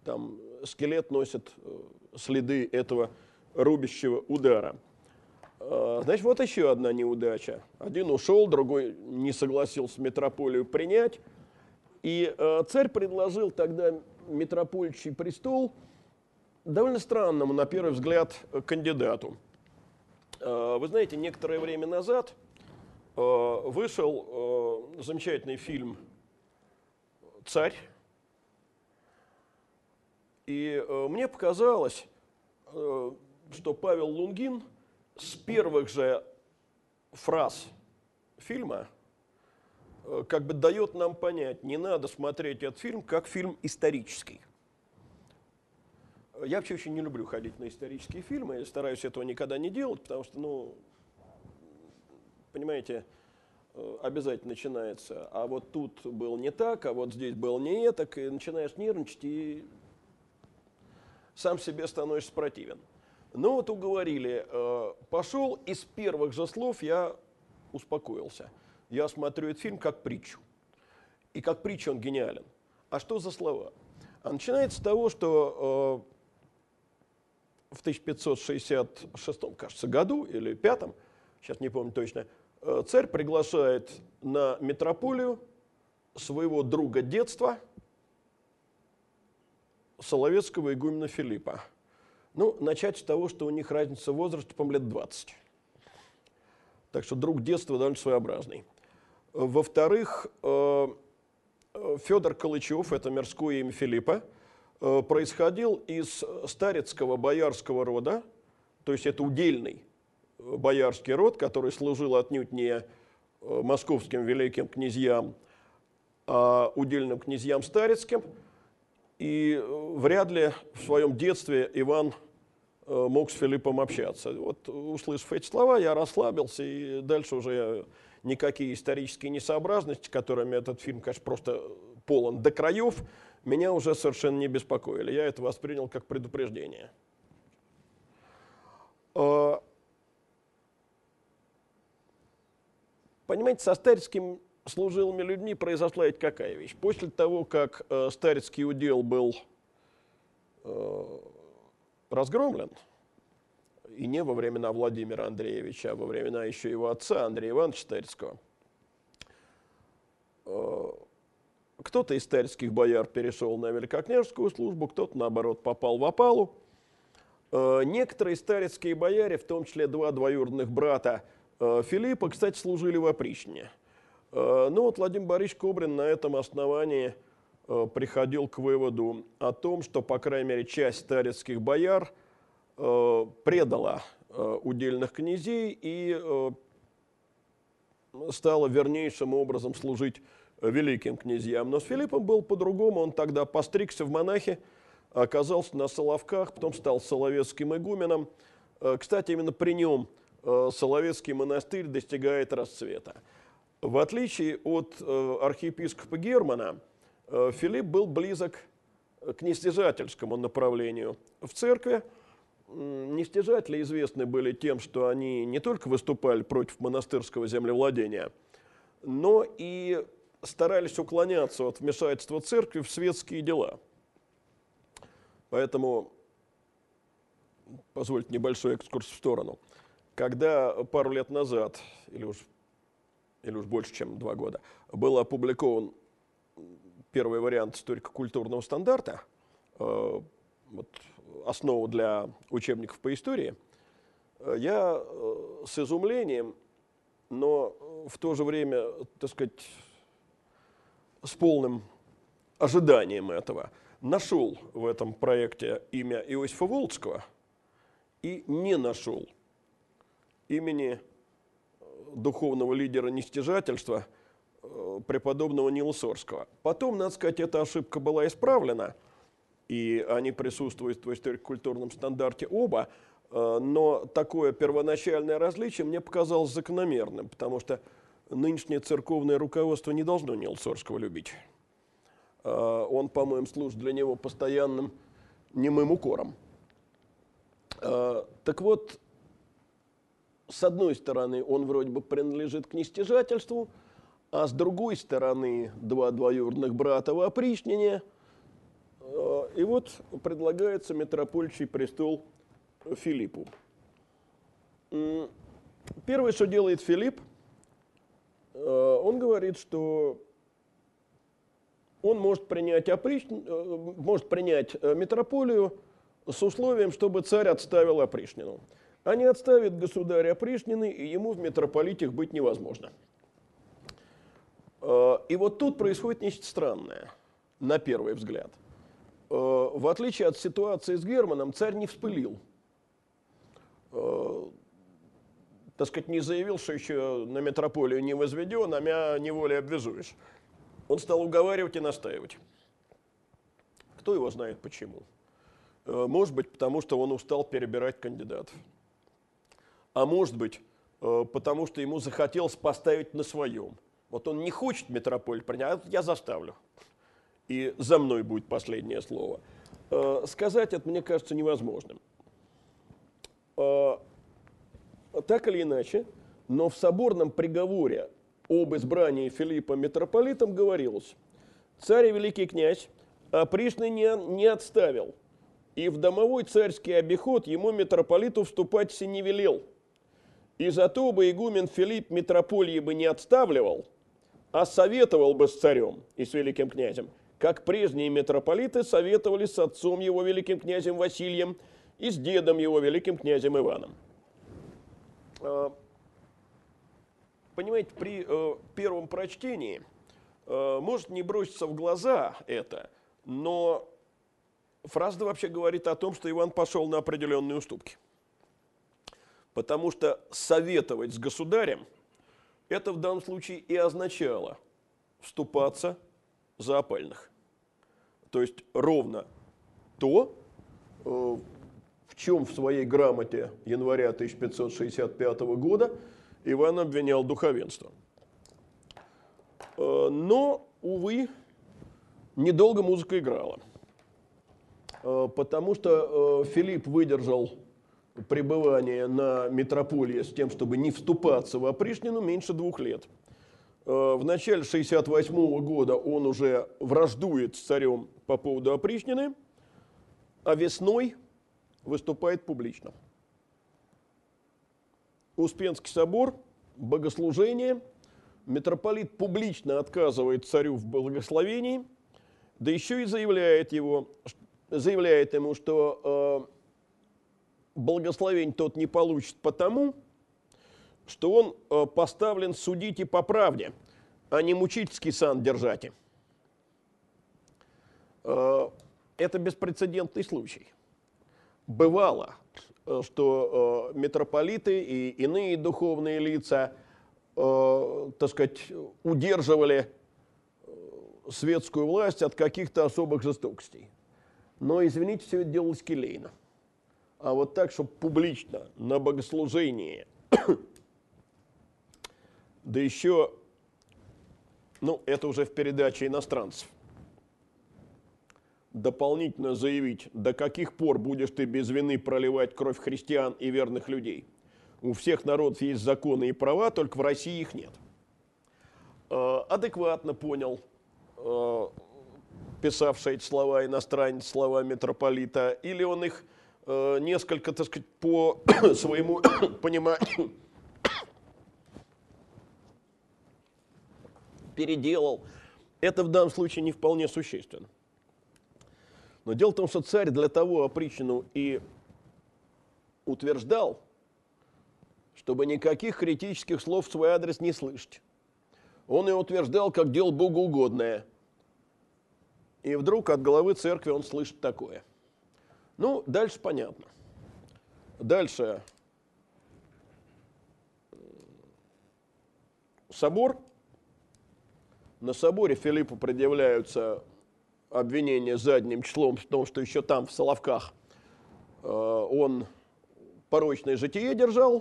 там скелет носит следы этого рубящего удара. Значит, вот еще одна неудача. Один ушел, другой не согласился митрополию принять. И царь предложил тогда митрополичий престол довольно странному, на первый взгляд, кандидату. Вы знаете, некоторое время назад вышел замечательный фильм «Царь». И мне показалось, что Павел Лунгин с первых же фраз фильма как бы дает нам понять, не надо смотреть этот фильм как фильм исторический. Я вообще очень не люблю ходить на исторические фильмы, я стараюсь этого никогда не делать, потому что, ну, понимаете, обязательно начинается, а вот тут было не так, а вот здесь было не так, и начинаешь нервничать, и сам себе становишься противен. Ну вот уговорили, пошел, и с первых же слов я успокоился. Я смотрю этот фильм как притчу. И как притча он гениален. А что за слова? А начинается с того, что в 1566, кажется, году или 5, сейчас не помню точно, царь приглашает на митрополию своего друга детства, соловецкого игумена Филиппа. Ну, начать с того, что у них разница в возрасте, по-моему, лет 20. Так что друг детства довольно своеобразный. Во-вторых, Федор Калычев, это мирское имя Филиппа, происходил из старецкого боярского рода, то есть это удельный боярский род, который служил отнюдь не московским великим князьям, а удельным князьям старецким. И вряд ли в своем детстве Иван мог с Филиппом общаться. Вот, услышав эти слова, я расслабился, и дальше уже никакие исторические несообразности, которыми этот фильм, конечно, просто полон до краев, меня уже совершенно не беспокоили. Я это воспринял как предупреждение. Понимаете, со старецкими служилыми людьми произошла ведь какая вещь. После того, как старецкий удел был разгромлен, и не во времена Владимира Андреевича, а во времена еще его отца, Андрея Ивановича Старецкого, кто-то из старецких бояр перешел на великокняжескую службу, кто-то, наоборот, попал в опалу. Некоторые старецкие бояре, в том числе два двоюродных брата Филиппа, кстати, служили в опричнине. Ну вот Владимир Борисович Кобрин на этом основании приходил к выводу о том, что, по крайней мере, часть старецких бояр предала удельных князей и стала вернейшим образом служить великим князьям. Но с Филиппом было по-другому. Он тогда постригся в монахи, оказался на Соловках, потом стал соловецким игуменом. Кстати, именно при нем Соловецкий монастырь достигает расцвета. В отличие от архиепископа Германа, Филипп был близок к нестяжательскому направлению в церкви. Нестяжатели известны были тем, что они не только выступали против монастырского землевладения, но и старались уклоняться от вмешательства церкви в светские дела. Поэтому, позвольте небольшой экскурс в сторону. Когда пару лет назад, или уж больше, чем 2 года, был опубликован первый вариант историко-культурного стандарта, вот, основу для учебников по истории, я с изумлением, но в то же время, так сказать, с полным ожиданием этого, нашел в этом проекте имя Иосифа Волоцкого и не нашел имени духовного лидера нестяжательства преподобного Нила Сорского. Потом, надо сказать, эта ошибка была исправлена, и они присутствуют в историко-культурном стандарте оба, но такое первоначальное различие мне показалось закономерным, потому что нынешнее церковное руководство не должно Нила Сорского любить. Он, по-моему, служит для него постоянным немым укором. Так вот, с одной стороны, он вроде бы принадлежит к нестяжательству, а с другой стороны, 2 двоюродных брата в опричнине И вот предлагается митрополичий престол Филиппу. Первое, что делает Филипп, он говорит, что он может принять митрополию с условием, чтобы царь отставил опричнину. А не отставит государь опричнины, и ему в митрополитах быть невозможно. И вот тут происходит нечто странное, на первый взгляд. В отличие от ситуации с Германом, царь не вспылил. Так сказать, не заявил, что еще на митрополию не возведен, а меня неволей обвязуешь. Он стал уговаривать и настаивать. Кто его знает почему? Может быть, потому что он устал перебирать кандидатов. А может быть, потому что ему захотелось поставить на своем. Вот он не хочет митрополит принять, а я заставлю. И за мной будет последнее слово. Сказать это, мне кажется, невозможным. Так или иначе, но в соборном приговоре об избрании Филиппа митрополитом говорилось: царь и великий князь опричнины не отставил, и в домовой царский обиход ему митрополиту вступать се не велел. И зато бы игумен Филипп митрополии бы не отставливал, а советовал бы с царем и с великим князем, как прежние митрополиты советовали с отцом его великим князем Василием и с дедом его великим князем Иваном. Понимаете, при первом прочтении может не броситься в глаза это, но фраза вообще говорит о том, что Иван пошел на определенные уступки. Потому что советовать с государем — это в данном случае и означало вступаться за опальных. То есть ровно то, в чем в своей грамоте января 1565 года Иван обвинял духовенство. Но, увы, недолго музыка играла. Потому что Филипп выдержал пребывание на митрополии с тем, чтобы не вступаться в опричнину, меньше 2 лет. В начале 1968 года он уже враждует с царем по поводу опричнины, а весной выступает публично. Успенский собор, богослужение, митрополит публично отказывает царю в благословении, да еще и заявляет ему, что благословение тот не получит потому, что он поставлен судить и по правде, а не мучительский сан держать. Это беспрецедентный случай. Бывало, что митрополиты и иные духовные лица, так сказать, удерживали светскую власть от каких-то особых жестокостей. Но, извините, все это делалось келейно. А вот так, чтобы публично, на богослужении, да еще, ну, это уже в передаче иностранцев, дополнительно заявить, до каких пор будешь ты без вины проливать кровь христиан и верных людей. У всех народов есть законы и права, только в России их нет. Адекватно понял писавший эти слова иностранец, слова митрополита, или он их несколько, так сказать, по своему пониманию переделал. Это в данном случае не вполне существенно. Но дело в том, что царь для того опричнину и утверждал, чтобы никаких критических слов в свой адрес не слышать. Он и утверждал, как дело богоугодное. И вдруг от главы церкви он слышит такое. Ну, дальше понятно. Дальше собор. На соборе Филиппу предъявляются обвинения задним числом в том, что еще там, в Соловках, он порочное житие держал.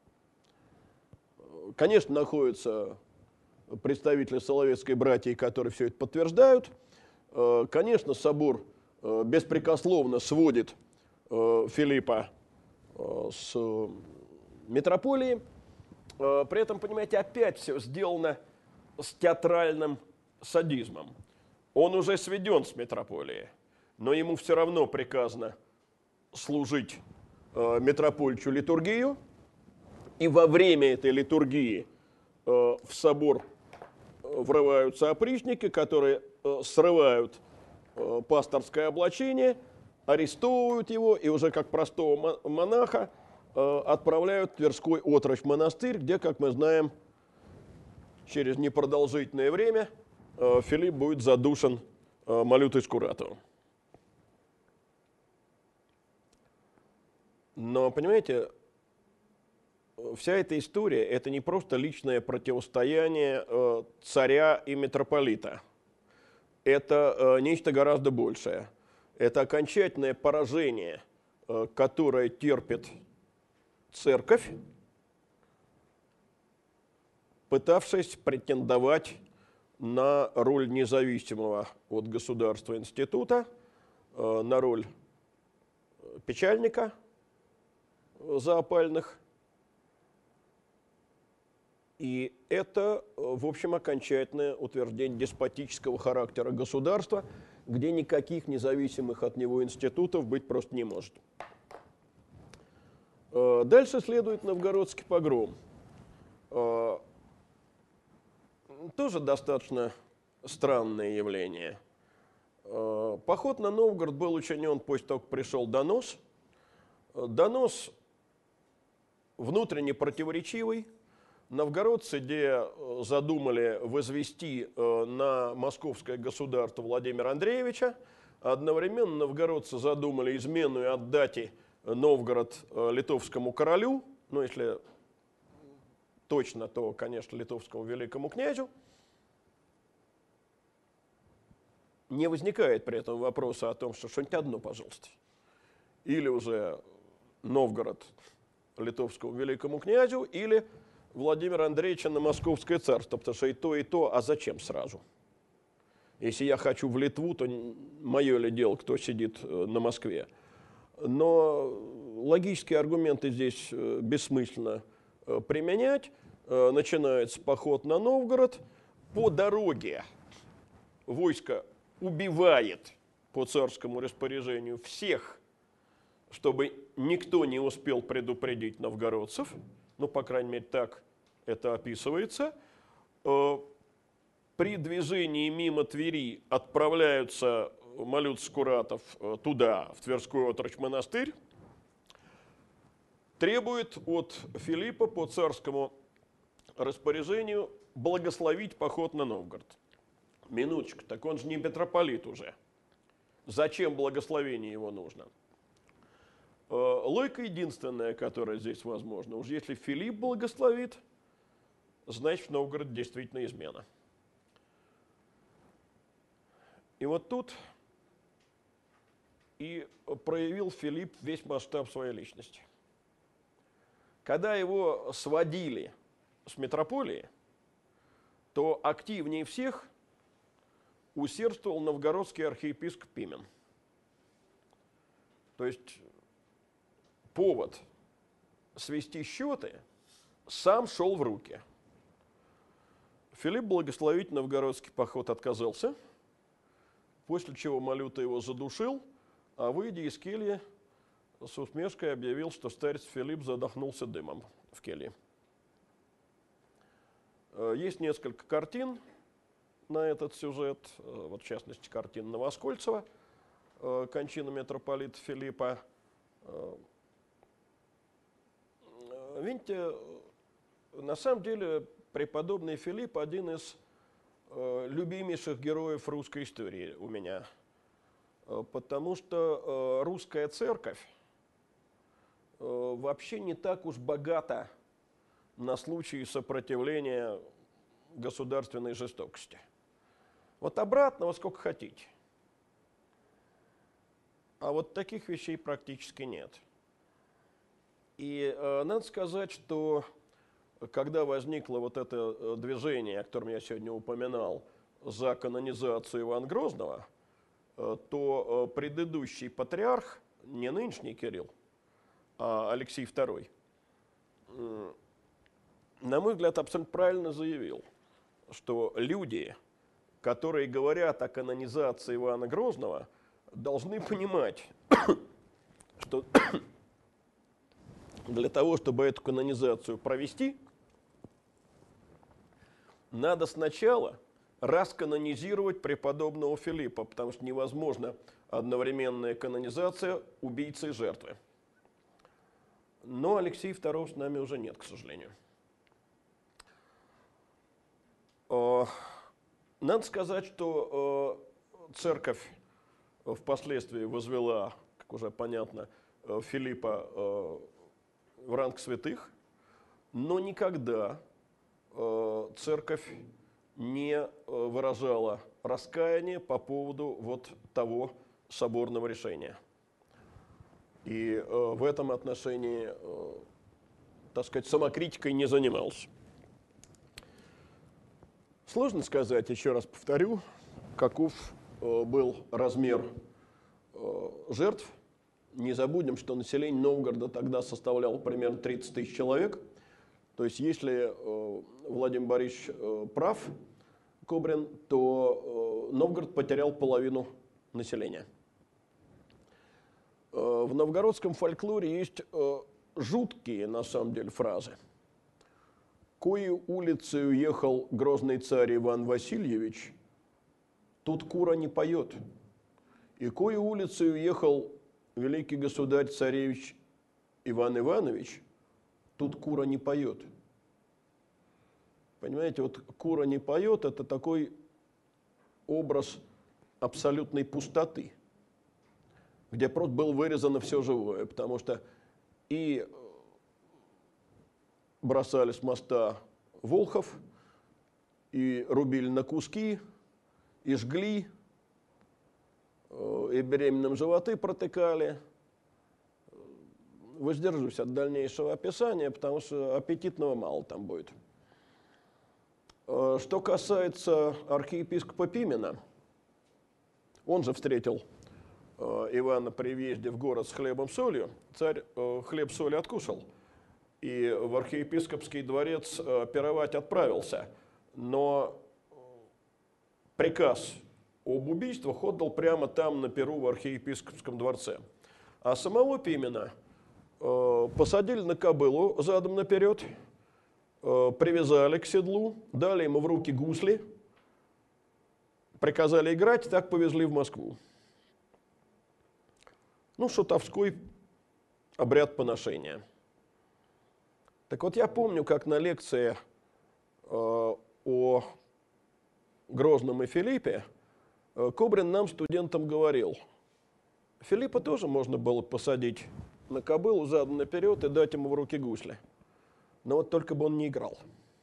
Конечно, находятся представители Соловецкой братьи, которые все это подтверждают. Конечно, собор беспрекословно сводит Филиппа с митрополией. При этом, понимаете, опять все сделано с театральным садизмом. Он уже сведен с митрополией. но ему все равно приказано служить митрополичу литургию, и во время этой литургии в собор врываются опричники, которые срывают пасторское облачение, арестовывают его и уже как простого монаха отправляют в Тверской отрочь монастырь, где, как мы знаем, через непродолжительное время Филипп будет задушен Малютой Скуратовым. Но, понимаете, вся эта история – это не просто личное противостояние царя и митрополита. Это нечто гораздо большее. Это окончательное поражение, которое терпит церковь, пытавшись претендовать на роль независимого от государства института, на роль печальника за опальных. И это, в общем, окончательное утверждение деспотического характера государства, где никаких независимых от него институтов быть просто не может. Дальше следует новгородский погром. Тоже достаточно странное явление. Поход на Новгород был учинен после того, как пришел донос. Донос внутренне противоречивый. Новгородцы, где задумали возвести на московское государство Владимира Андреевича, одновременно новгородцы задумали измену и отдать Новгород литовскому королю, ну, если точно, то, конечно, литовскому великому князю. Не возникает при этом вопроса о том, что что-нибудь одно, пожалуйста. Или уже Новгород литовскому великому князю, или Владимира Андреевича на Московское царство, потому что и то, а зачем сразу? Если я хочу в Литву, то мое ли дело, кто сидит на Москве? Но логические аргументы здесь бессмысленно применять. Начинается поход на Новгород. По дороге войско убивает по царскому распоряжению всех, чтобы никто не успел предупредить новгородцев. Ну, по крайней мере, так это описывается. При движении мимо Твери отправляются Малют Скуратов туда, в Тверской отрочь монастырь, требует от Филиппа по царскому распоряжению благословить поход на Новгород. Минуточку, так он же не митрополит уже. Зачем благословение его нужно? Логика единственная, которая здесь возможна. Уж если Филипп благословит, значит в Новгороде действительно измена. И вот тут и проявил Филипп весь масштаб своей личности. Когда его сводили с митрополии, то активнее всех усердствовал новгородский архиепископ Пимен. То есть повод свести счеты сам шел в руки. Филипп благословить новгородский поход отказался, после чего Малюта его задушил, а выйдя из кельи, с усмешкой объявил, что старец Филипп задохнулся дымом в келье. Есть несколько картин на этот сюжет, вот в частности картина Новоскольцева, кончина митрополита Филиппа. Видите, на самом деле преподобный Филипп один из любимейших героев русской истории у меня, потому что русская церковь вообще не так уж богата на случаи сопротивления государственной жестокости. Вот обратного сколько хотите. А вот таких вещей практически нет. И надо сказать, что когда возникло вот это движение, о котором я сегодня упоминал, за канонизацию Ивана Грозного, то предыдущий патриарх, не нынешний Кирилл, а Алексей II, на мой взгляд, абсолютно правильно заявил, что люди, которые говорят о канонизации Ивана Грозного, должны понимать, что для того, чтобы эту канонизацию провести, надо сначала расканонизировать преподобного Филиппа, потому что невозможно одновременная канонизация убийцы и жертвы. Но Алексея II с нами уже нет, к сожалению. Надо сказать, что церковь впоследствии возвела, как уже понятно, Филиппа в ранг святых, но никогда церковь не выражала раскаяние по поводу вот того соборного решения. И в этом отношении, так сказать, самокритикой не занимался. Сложно сказать, еще раз повторю, каков был размер жертв. Не забудем, что население Новгорода тогда составляло примерно 30 тысяч человек. То есть, если Владимир Борисович прав, Кобрин, то Новгород потерял половину населения. В новгородском фольклоре есть жуткие, на самом деле, фразы. «Кою улицею ехал грозный царь Иван Васильевич, тут кура не поет. И кою улицею ехал великий государь-царевич Иван Иванович, тут кура не поет». Понимаете, вот кура не поет – это такой образ абсолютной пустоты, где просто было вырезано все живое, потому что и бросали с моста Волхов, и рубили на куски, и жгли, и беременным животы протыкали. Воздержусь от дальнейшего описания, потому что аппетитного мало там будет. Что касается архиепископа Пимена, он же встретил Ивана при въезде в город с хлебом-солью. Царь хлеб-соль откушал и в архиепископский дворец пировать отправился. Но приказ об убийствах отдал прямо там, на пиру в архиепископском дворце. А самого Пимена посадили на кобылу задом наперед, привязали к седлу, дали ему в руки гусли, приказали играть, так повезли в Москву. Ну, шутовской обряд поношения. Так вот, я помню, как на лекции о Грозном и Филиппе Кобрин нам, студентам, говорил: Филиппа тоже можно было посадить на кобылу задом наперед и дать ему в руки гусли. Но вот только бы он не играл.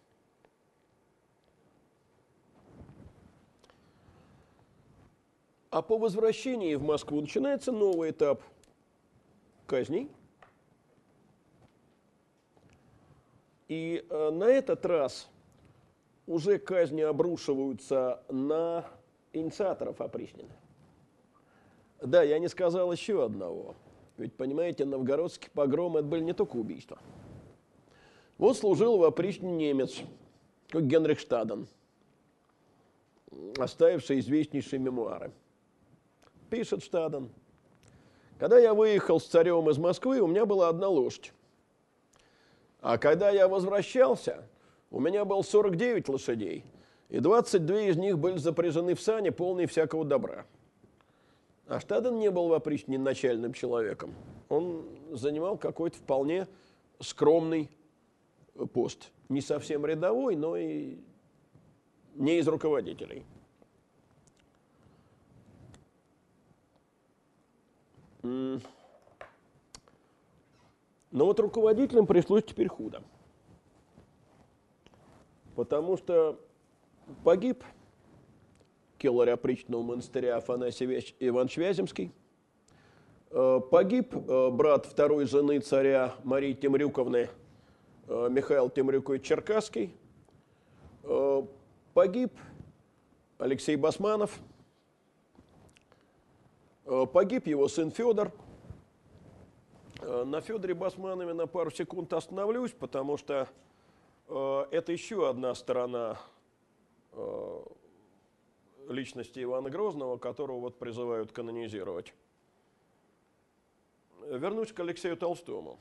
А по возвращении в Москву начинается новый этап казней. И на этот раз уже казни обрушиваются на инициаторов опричнины. Да, я не сказал еще одного. Ведь, понимаете, новгородский погром – это были не только убийства. Вот служил в опричнине немец, как Генрих Штаден, оставивший известнейшие мемуары. Пишет Штаден: «Когда я выехал с царем из Москвы, у меня была одна лошадь. А когда я возвращался, у меня было 49 лошадей, и 22 из них были запряжены в сани, полные всякого добра». А Штаден не был в опричнине начальным человеком. Он занимал какой-то вполне скромный пост. Не совсем рядовой, но и не из руководителей. Но вот руководителям пришлось теперь худо. Потому что погиб келарь опричного монастыря Афанасий Иванович Вяземский, погиб брат второй жены царя Марии Темрюковны Михаил Темрюкович Черкасский, погиб Алексей Басманов, погиб его сын Федор. На Федоре Басманове на пару секунд остановлюсь, потому что это еще одна сторона личности Ивана Грозного, которого вот призывают канонизировать. Вернусь к Алексею Толстому.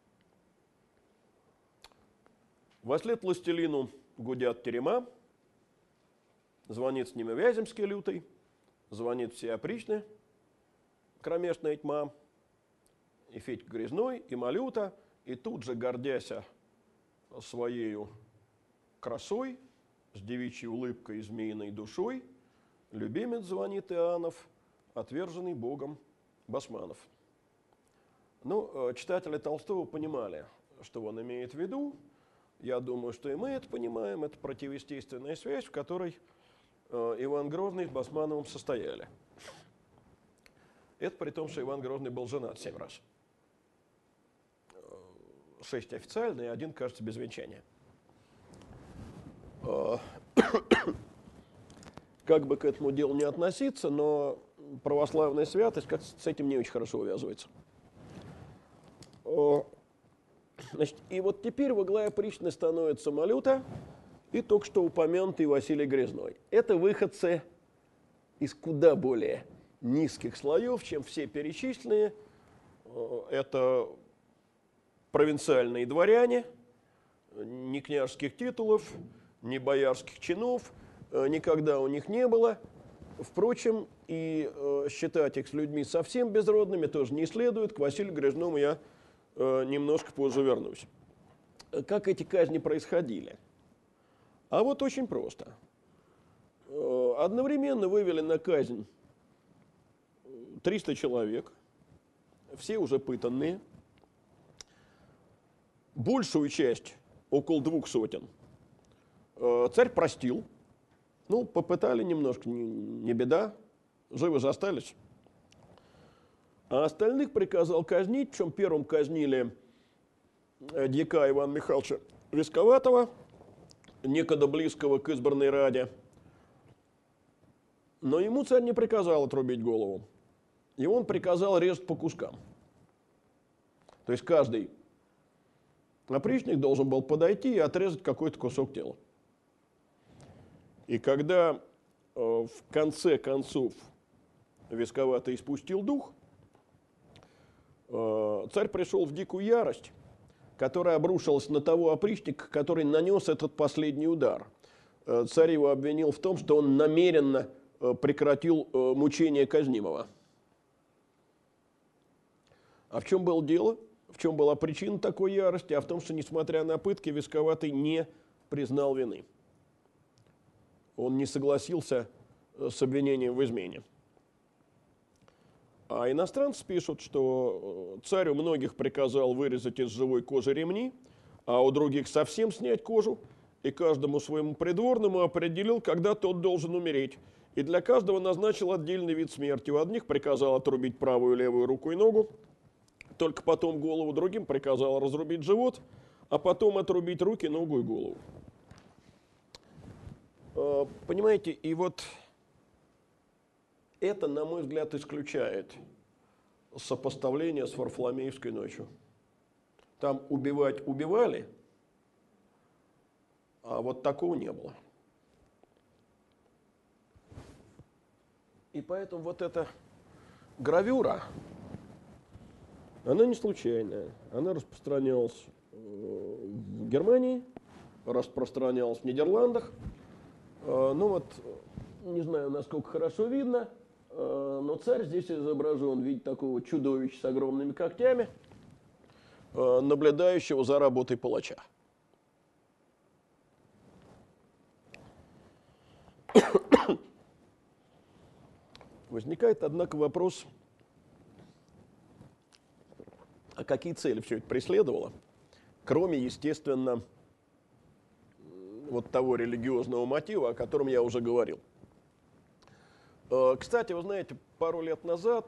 Вослед властелину гудят терема, звонит с ними Вяземский лютый, звонит все опричны, кромешная тьма, и Федька Грязной, и Малюта, и тут же, гордяся своею красой, с девичьей улыбкой и змеиной душой, любимец звонит Иоаннов, отверженный Богом Басманов. Ну, читатели Толстого понимали, что он имеет в виду. Я думаю, что и мы это понимаем. Это противоестественная связь, в которой Иван Грозный с Басмановым состояли. Это при том, что Иван Грозный был женат 7 раз. 6 официально и 1, кажется, без венчания. Как бы к этому делу не относиться, но православная святость как с этим не очень хорошо увязывается. Значит, и вот теперь во главе опричны становится Малюта и только что упомянутый Василий Грязной. Это выходцы из куда более низких слоев, чем все перечисленные. Это провинциальные дворяне, ни княжеских титулов, ни боярских чинов, никогда у них не было. Впрочем, и считать их с людьми совсем безродными тоже не следует. К Василию Грязному я немножко позже вернусь. Как эти казни происходили? А вот очень просто. Одновременно вывели на казнь 300 человек, все уже пытанные. Большую часть, около 200, царь простил. Ну, попытали немножко, не беда, живы же остались. А остальных приказал казнить, причем первым казнили дьяка Ивана Михайловича Висковатого, некогда близкого к избранной раде. Но ему царь не приказал отрубить голову. И он приказал резать по кускам. То есть каждый опричник должен был подойти и отрезать какой-то кусок тела. И когда в конце концов Висковатый испустил дух, царь пришел в дикую ярость, которая обрушилась на того опричника, который нанес этот последний удар. Царь его обвинил в том, что он намеренно прекратил мучение казнимого. А в чем было дело? В чем была причина такой ярости? А в том, что, несмотря на пытки, Висковатый не признал вины. Он не согласился с обвинением в измене. А иностранцы пишут, что царь у многих приказал вырезать из живой кожи ремни, а у других совсем снять кожу, и каждому своему придворному определил, когда тот должен умереть. И для каждого назначил отдельный вид смерти. У одних приказал отрубить правую и левую руку и ногу, только потом голову, другим приказал разрубить живот, а потом отрубить руки, ногу и голову. Понимаете, и вот это, на мой взгляд, исключает сопоставление с Варфоломеевской ночью. Там убивать убивали, а вот такого не было. И поэтому вот эта гравюра, она не случайная. Она распространялась в Германии, распространялась в Нидерландах. Ну вот, не знаю, насколько хорошо видно, но царь здесь изображен в виде такого чудовища с огромными когтями, наблюдающего за работой палача. Возникает, однако, вопрос, а какие цели все это преследовало, кроме, естественно, вот того религиозного мотива, о котором я уже говорил. Кстати, вы знаете, пару лет назад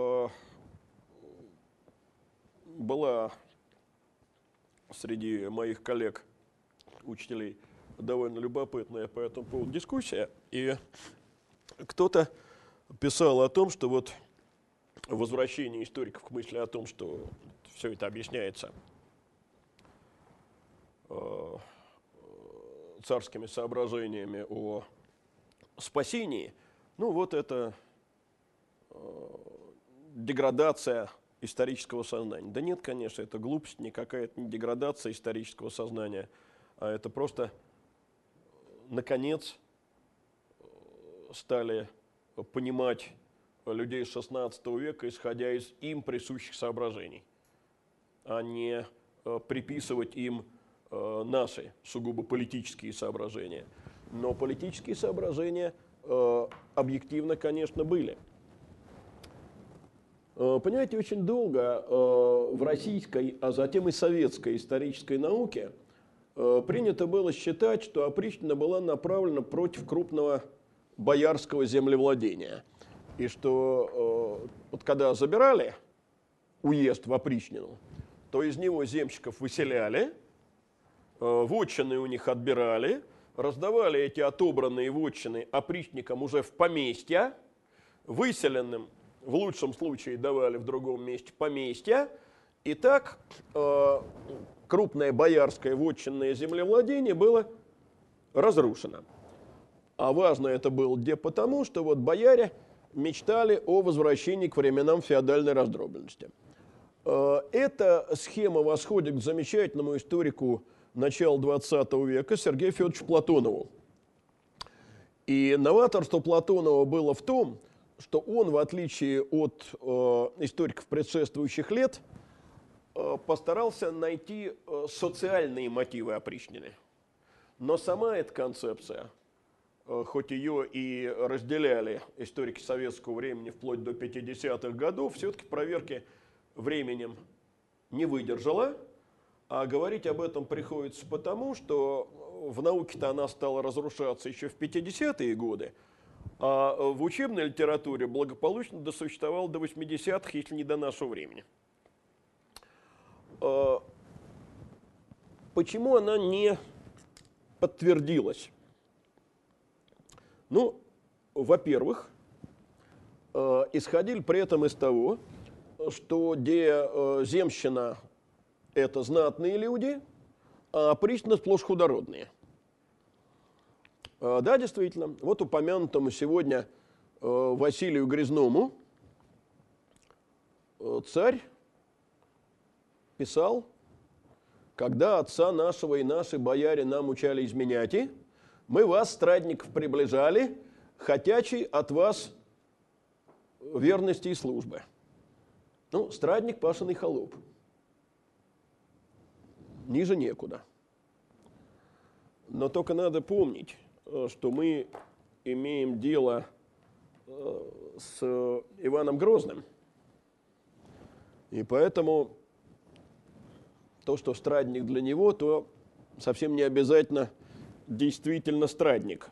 была среди моих коллег, учителей, довольно любопытная по этому поводу дискуссия, и кто-то писал о том, что вот возвращение историков к мысли о том, что все это объясняется царскими соображениями о спасении, ну вот это деградация исторического сознания. Да нет, конечно, это глупость, никакая это не деградация исторического сознания, а это просто, наконец, стали понимать людей XVI века, исходя из им присущих соображений, а не приписывать им наши сугубо политические соображения. Но политические соображения объективно, конечно, были. Понимаете, очень долго в российской, а затем и советской исторической науке принято было считать, что опричнина была направлена против крупного боярского землевладения. И что вот когда забирали уезд в опричнину, то из него земщиков выселяли, вотчины у них отбирали, раздавали эти отобранные вотчины опричникам уже в поместья, выселенным в лучшем случае давали в другом месте поместья, и так крупное боярское вотчинное землевладение было разрушено. А важно это было где потому, что вот бояре мечтали о возвращении к временам феодальной раздробленности. Эта схема восходит к замечательному историку начала XX века Сергею Федоровичу Платонову. И новаторство Платонова было в том, что он, в отличие от историков предшествующих лет, постарался найти социальные мотивы опричнины. Но сама эта концепция, хоть ее и разделяли историки советского времени вплоть до 50-х годов, все-таки проверки временем не выдержала. А говорить об этом приходится потому, что в науке-то она стала разрушаться еще в 50-е годы, а в учебной литературе благополучно досуществовала до 80-х, если не до нашего времени. Почему она не подтвердилась? Ну, во-первых, исходили при этом из того, что земщина – это знатные люди, а опричнина сплошь худородные. Да, действительно, вот упомянутому сегодня Василию Грязному царь писал: «Когда отца нашего и наши бояре нам учали изменяти, мы вас, страдников, приближали, хотячи от вас верности и службы». Ну, страдник – пашеный холоп. Ниже некуда. Но только надо помнить, что мы имеем дело с Иваном Грозным. И поэтому то, что страдник для него, то совсем не обязательно действительно страдник.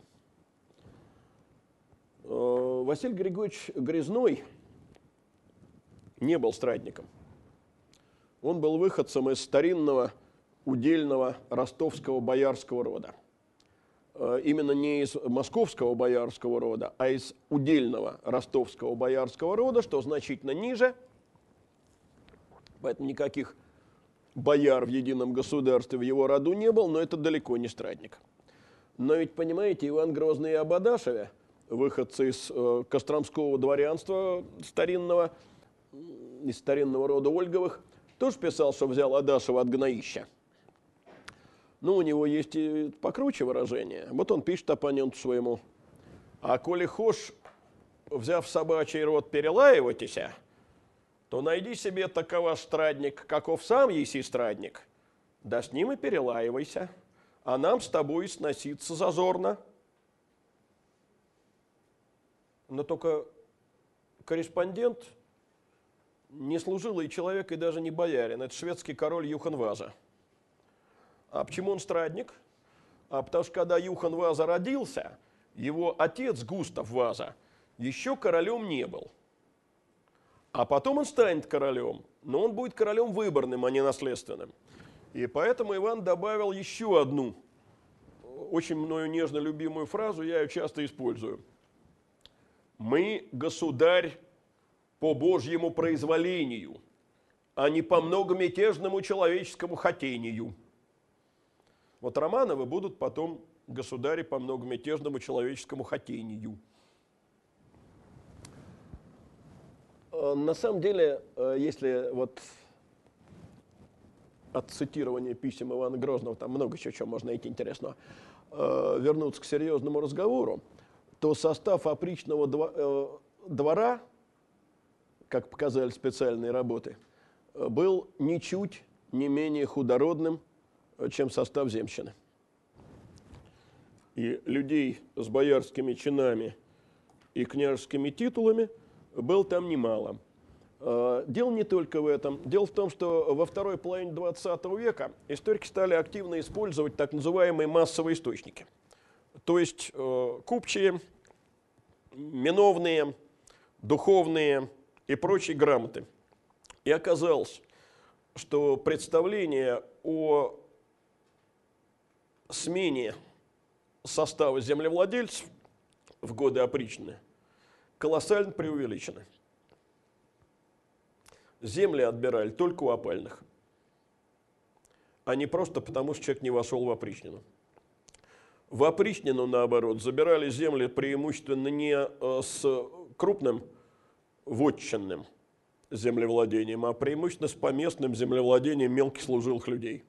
Василий Григорьевич Грязной не был страдником. Он был выходцем из старинного удельного ростовского боярского рода. Именно не из московского боярского рода, а из удельного ростовского боярского рода, что значительно ниже. Поэтому никаких бояр в едином государстве в его роду не было, но это далеко не страдник. Но ведь, понимаете, Иван Грозный и об Адашеве, выходцы из костромского дворянства старинного, из старинного рода Ольговых, тоже писал, что взял Адашева от гноища. Ну, у него есть и покруче выражение. Вот он пишет оппоненту своему: «А коли хошь, взяв собачий род, перелаивайтеся, то найди себе такого страдник, каков сам еси страдник, да с ним и перелаивайся, а нам с тобой сноситься зазорно». Но только корреспондент не служилый человек и даже не боярин. Это шведский король Юхан Ваза. А почему он страдник? А потому что когда Юхан Ваза родился, его отец Густав Ваза еще королем не был. А потом он станет королем, но он будет королем выборным, а не наследственным. И поэтому Иван добавил еще одну, очень мною нежно любимую фразу, я ее часто использую. «Мы, государь, по Божьему произволению, а не по многомятежному человеческому хотению». Вот Романовы будут потом государе по многомятежному человеческому хотению. На самом деле, если вот от цитирования писем Ивана Грозного, там много чего можно найти интересного, вернуться к серьезному разговору, то состав опричного двора, как показали специальные работы, был ничуть не менее худородным, чем состав земщины. И людей с боярскими чинами и княжескими титулами было там немало. Дело не только в этом. Дело в том, что во второй половине 20 века историки стали активно использовать так называемые массовые источники. То есть купчие, миновные, духовные и прочие грамоты. И оказалось, что представление о смене состава землевладельцев в годы опричнины колоссально преувеличены. Земли отбирали только у опальных, а не просто потому, что человек не вошел в опричнину. В опричнину, наоборот, забирали земли преимущественно не с крупным вотчинным землевладением, а преимущественно с поместным землевладением мелких служилых людей.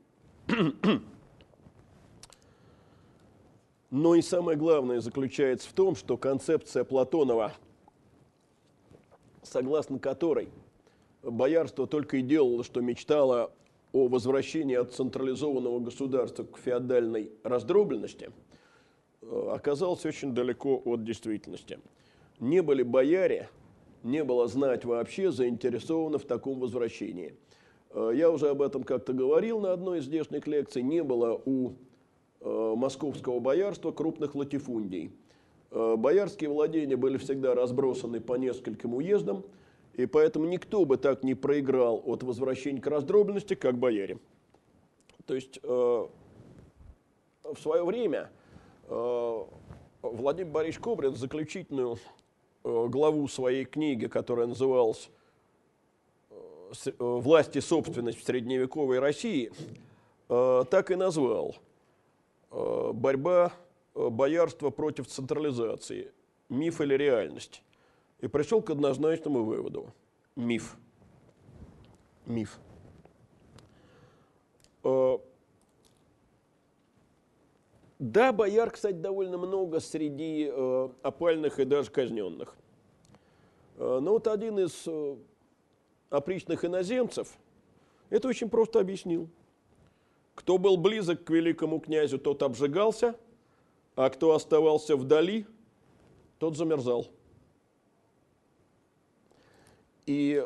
Но и самое главное заключается в том, что концепция Платонова, согласно которой боярство только и делало, что мечтало о возвращении от централизованного государства к феодальной раздробленности, оказалась очень далеко от действительности. Не были бояре, не было знать вообще заинтересованы в таком возвращении. Я уже об этом как-то говорил на одной из здешних лекций. Не было у московского боярства крупных латифундий. Боярские владения были всегда разбросаны по нескольким уездам, и поэтому никто бы так не проиграл от возвращения к раздробленности, как бояре. То есть в свое время Владимир Борисович Кобрин заключительную главу своей книги, которая называлась «Власть и собственность в средневековой России», так и назвал: «Борьба боярства против централизации. Миф или реальность?» И пришел к однозначному выводу: миф. Миф. Да, бояр, кстати, довольно много среди опальных и даже казненных. Но вот один из опричных иноземцев это очень просто объяснил. Кто был близок к великому князю, тот обжигался, а кто оставался вдали, тот замерзал. И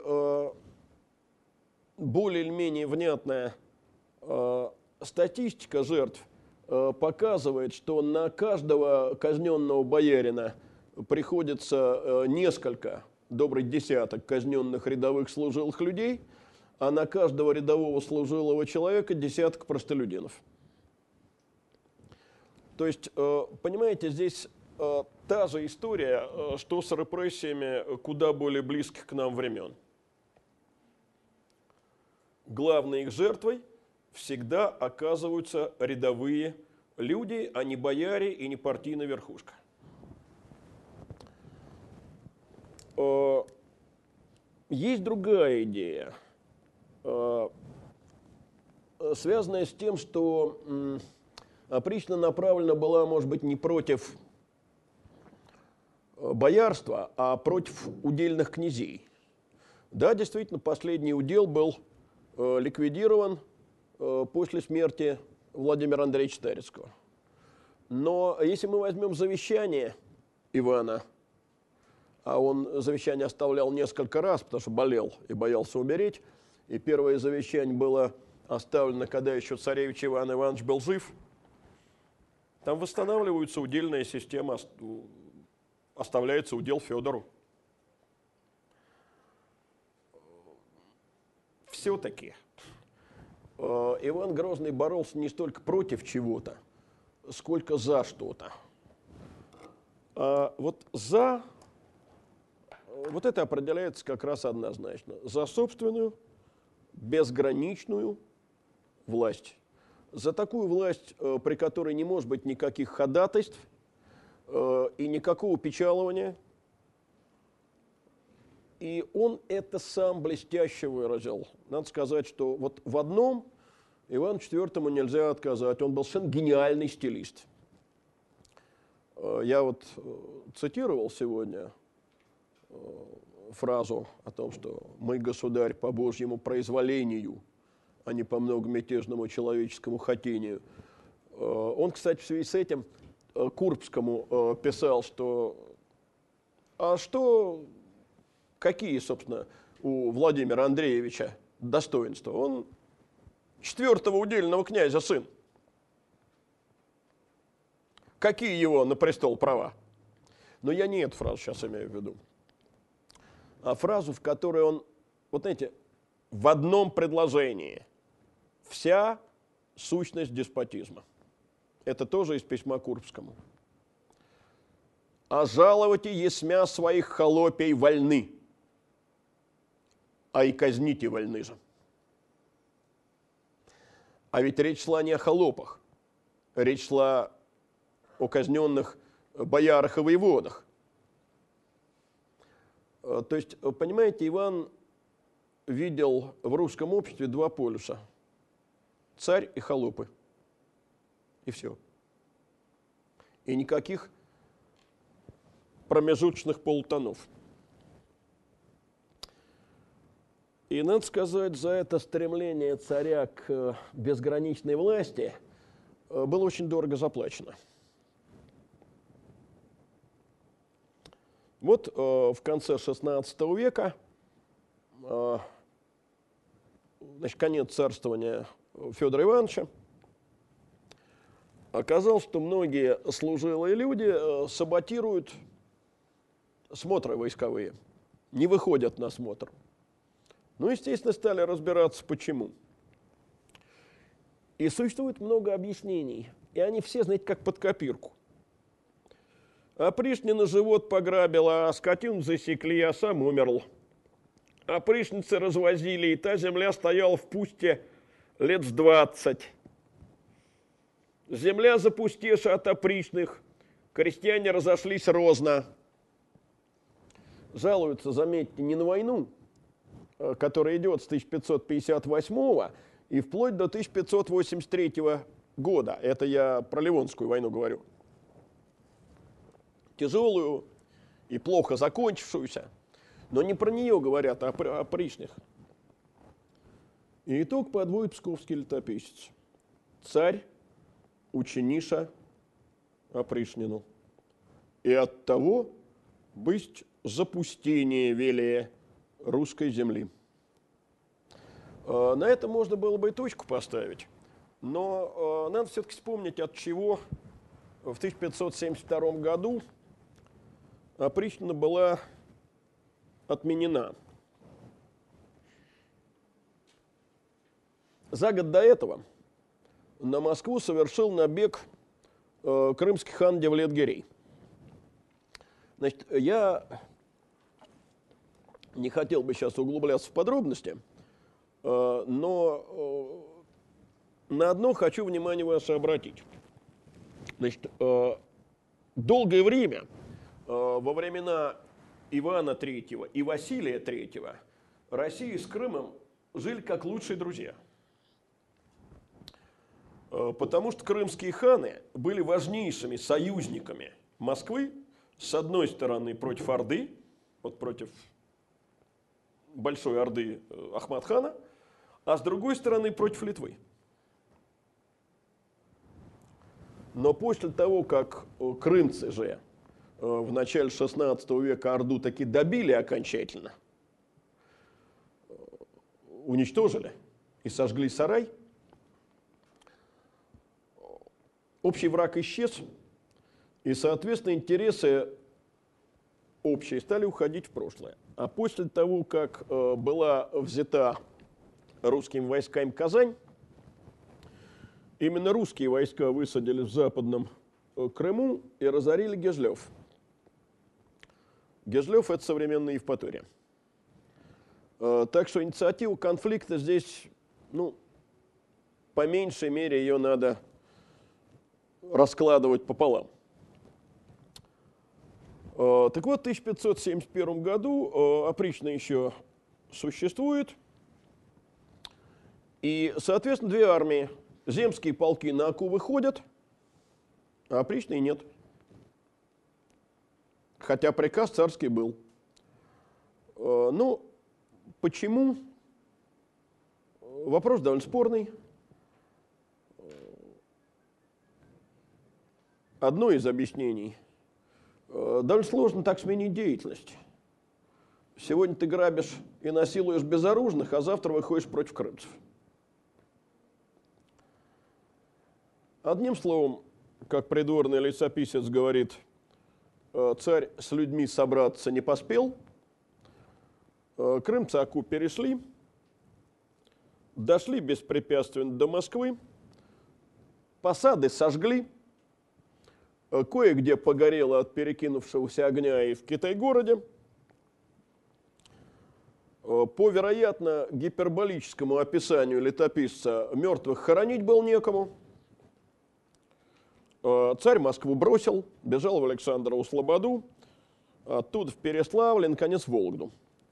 более или менее внятная статистика жертв показывает, что на каждого казненного боярина приходится несколько, добрый десяток казненных рядовых служилых людей, а на каждого рядового служилого человека десяток простолюдинов. То есть, понимаете, здесь та же история, что с репрессиями куда более близких к нам времен. Главной их жертвой всегда оказываются рядовые люди, а не бояре и не партийная верхушка. Есть другая идея, связанная с тем, что опричнина направлена была, может быть, не против боярства, а против удельных князей. Да, действительно, последний удел был ликвидирован после смерти Владимира Андреевича Старицкого. Но если мы возьмем завещание Ивана, а он завещание оставлял несколько раз, потому что болел и боялся умереть, и первое завещание было оставлено, когда еще царевич Иван Иванович был жив, там восстанавливается удельная система, оставляется удел Федору. Все-таки Иван Грозный боролся не столько против чего-то, сколько за что-то. А вот за, вот это определяется как раз однозначно. За собственную безграничную власть. за такую власть, при которой не может быть никаких ходатайств и никакого печалования. И он это сам блестяще выразил. Надо сказать, что вот в одном Ивану IV нельзя отказать. Он был совершенно гениальный стилист. Я вот цитировал сегодня фразу о том, что «мы, государь, по Божьему произволению, а не по многомятежному человеческому хотению». Он, кстати, в связи с этим Курбскому писал, что какие, собственно, у Владимира Андреевича достоинства? Он 4-го удельного князя сын. Какие его на престол права? Но я не эту фразу сейчас имею в виду, а фразу, в которой он, вот знаете, в одном предложении вся сущность деспотизма. Это тоже из письма Курбскому. «А жаловайте есмя своих холопей вольны, а и казните вольны же». А ведь речь шла не о холопах, речь шла о казненных боярах и воеводах. То есть, понимаете, Иван видел в русском обществе два полюса – царь и холопы. И все. И никаких промежуточных полутонов. И, надо сказать, за это стремление царя к безграничной власти было очень дорого заплачено. Вот в конце XVI века, значит, конец царствования Федора Ивановича, оказалось, что многие служилые люди саботируют смотры войсковые, не выходят на смотр. Ну, естественно, стали разбираться, почему. И существует много объяснений, и они все, знаете, как под копирку. Опришнина живот пограбила, а скотину засекли, а сам умерл. Опришницы развозили, и та земля стояла в пусте лет с 20. Земля запустеша от опришных, крестьяне разошлись розно. Жалуются, заметьте, не на войну, которая идет с 1558 и вплоть до 1583 года. Это я про Ливонскую войну говорю. Тяжелую и плохо закончившуюся, но не про нее говорят, а о опришных. И итог подводит псковский летописец. Царь учениша опришнину, и от того быть запустение велее русской земли. На это можно было бы и точку поставить, но надо все-таки вспомнить, от чего в 1572 году опришнина была отменена. За год до этого на Москву совершил набег крымский хан Девлет-Гирей. Значит, я не хотел бы сейчас углубляться в подробности, но на одно хочу внимание ваше обратить. Значит, долгое время, во времена Ивана III и Василия III, Россия с Крымом жили как лучшие друзья. Потому что крымские ханы были важнейшими союзниками Москвы, с одной стороны против Орды, вот против Большой Орды Ахмад-хана, а с другой стороны против Литвы. Но после того, как крымцы же в начале XVI века Орду таки добили окончательно, уничтожили и сожгли сарай, общий враг исчез, и, соответственно, интересы общие стали уходить в прошлое. А после того, как была взята русскими войсками Казань, именно русские войска высадили в Западном Крыму и разорили Гежлев. Гежлев – это современная Евпатория. Так что инициатива конфликта здесь, ну, по меньшей мере ее надо раскладывать пополам. Так вот, в 1571 году опричная еще существует. И, соответственно, две армии. Земские полки на Оку выходят, а опричной нет. Хотя приказ царский был. Ну, почему? Вопрос довольно спорный. Одно из объяснений. Довольно сложно так сменить деятельность. Сегодня ты грабишь и насилуешь безоружных, а завтра выходишь против крымцев. Одним словом, как придворный летописец говорит, царь с людьми собраться не поспел, крымцы Оку перешли, дошли беспрепятственно до Москвы, посады сожгли, кое-где погорело от перекинувшегося огня и в Китай-городе. По, вероятно, гиперболическому описанию летописца, мертвых хоронить было некому. Царь Москву бросил, бежал в Александрову Слободу, оттуда в Переславль, наконец, в Вологду.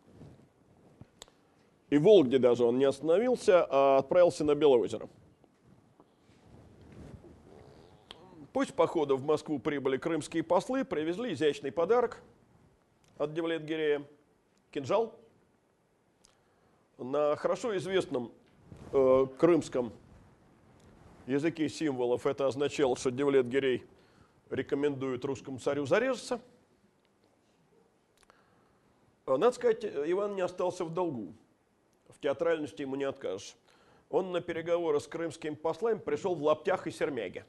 И в Вологде даже он не остановился, а отправился на Белоозеро. После похода в Москву прибыли крымские послы, привезли изящный подарок от Девлет-Гирея – кинжал. На хорошо известном крымском языке символов это означало, что Девлет-Гирей рекомендует русскому царю зарезаться. Надо сказать, Иван не остался в долгу. В театральности ему не откажешь. Он на переговоры с крымскими послами пришел в лаптях и сермяге.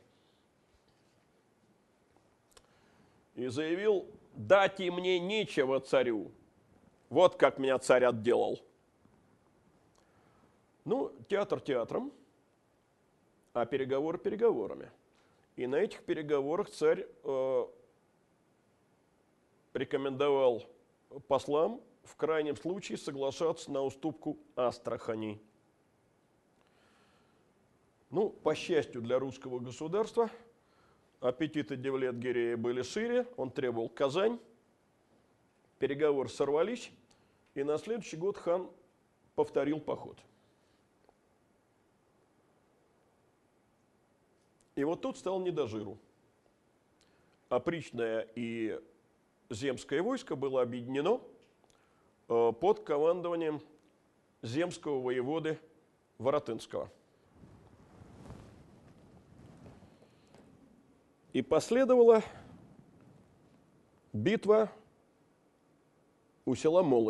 И заявил: «Дайте мне нечего царю, вот как меня царь отделал». Ну, театр театром, а переговоры переговорами. И на этих переговорах царь рекомендовал послам в крайнем случае соглашаться на уступку Астрахани. Ну, по счастью для русского государства, аппетиты Девлет-Гирея были шире, он требовал Казань, переговоры сорвались, и на следующий год хан повторил поход. И вот тут стало не до жиру. Опричное и земское войско было объединено под командованием земского воеводы Воротынского. И последовала битва у села Молодь.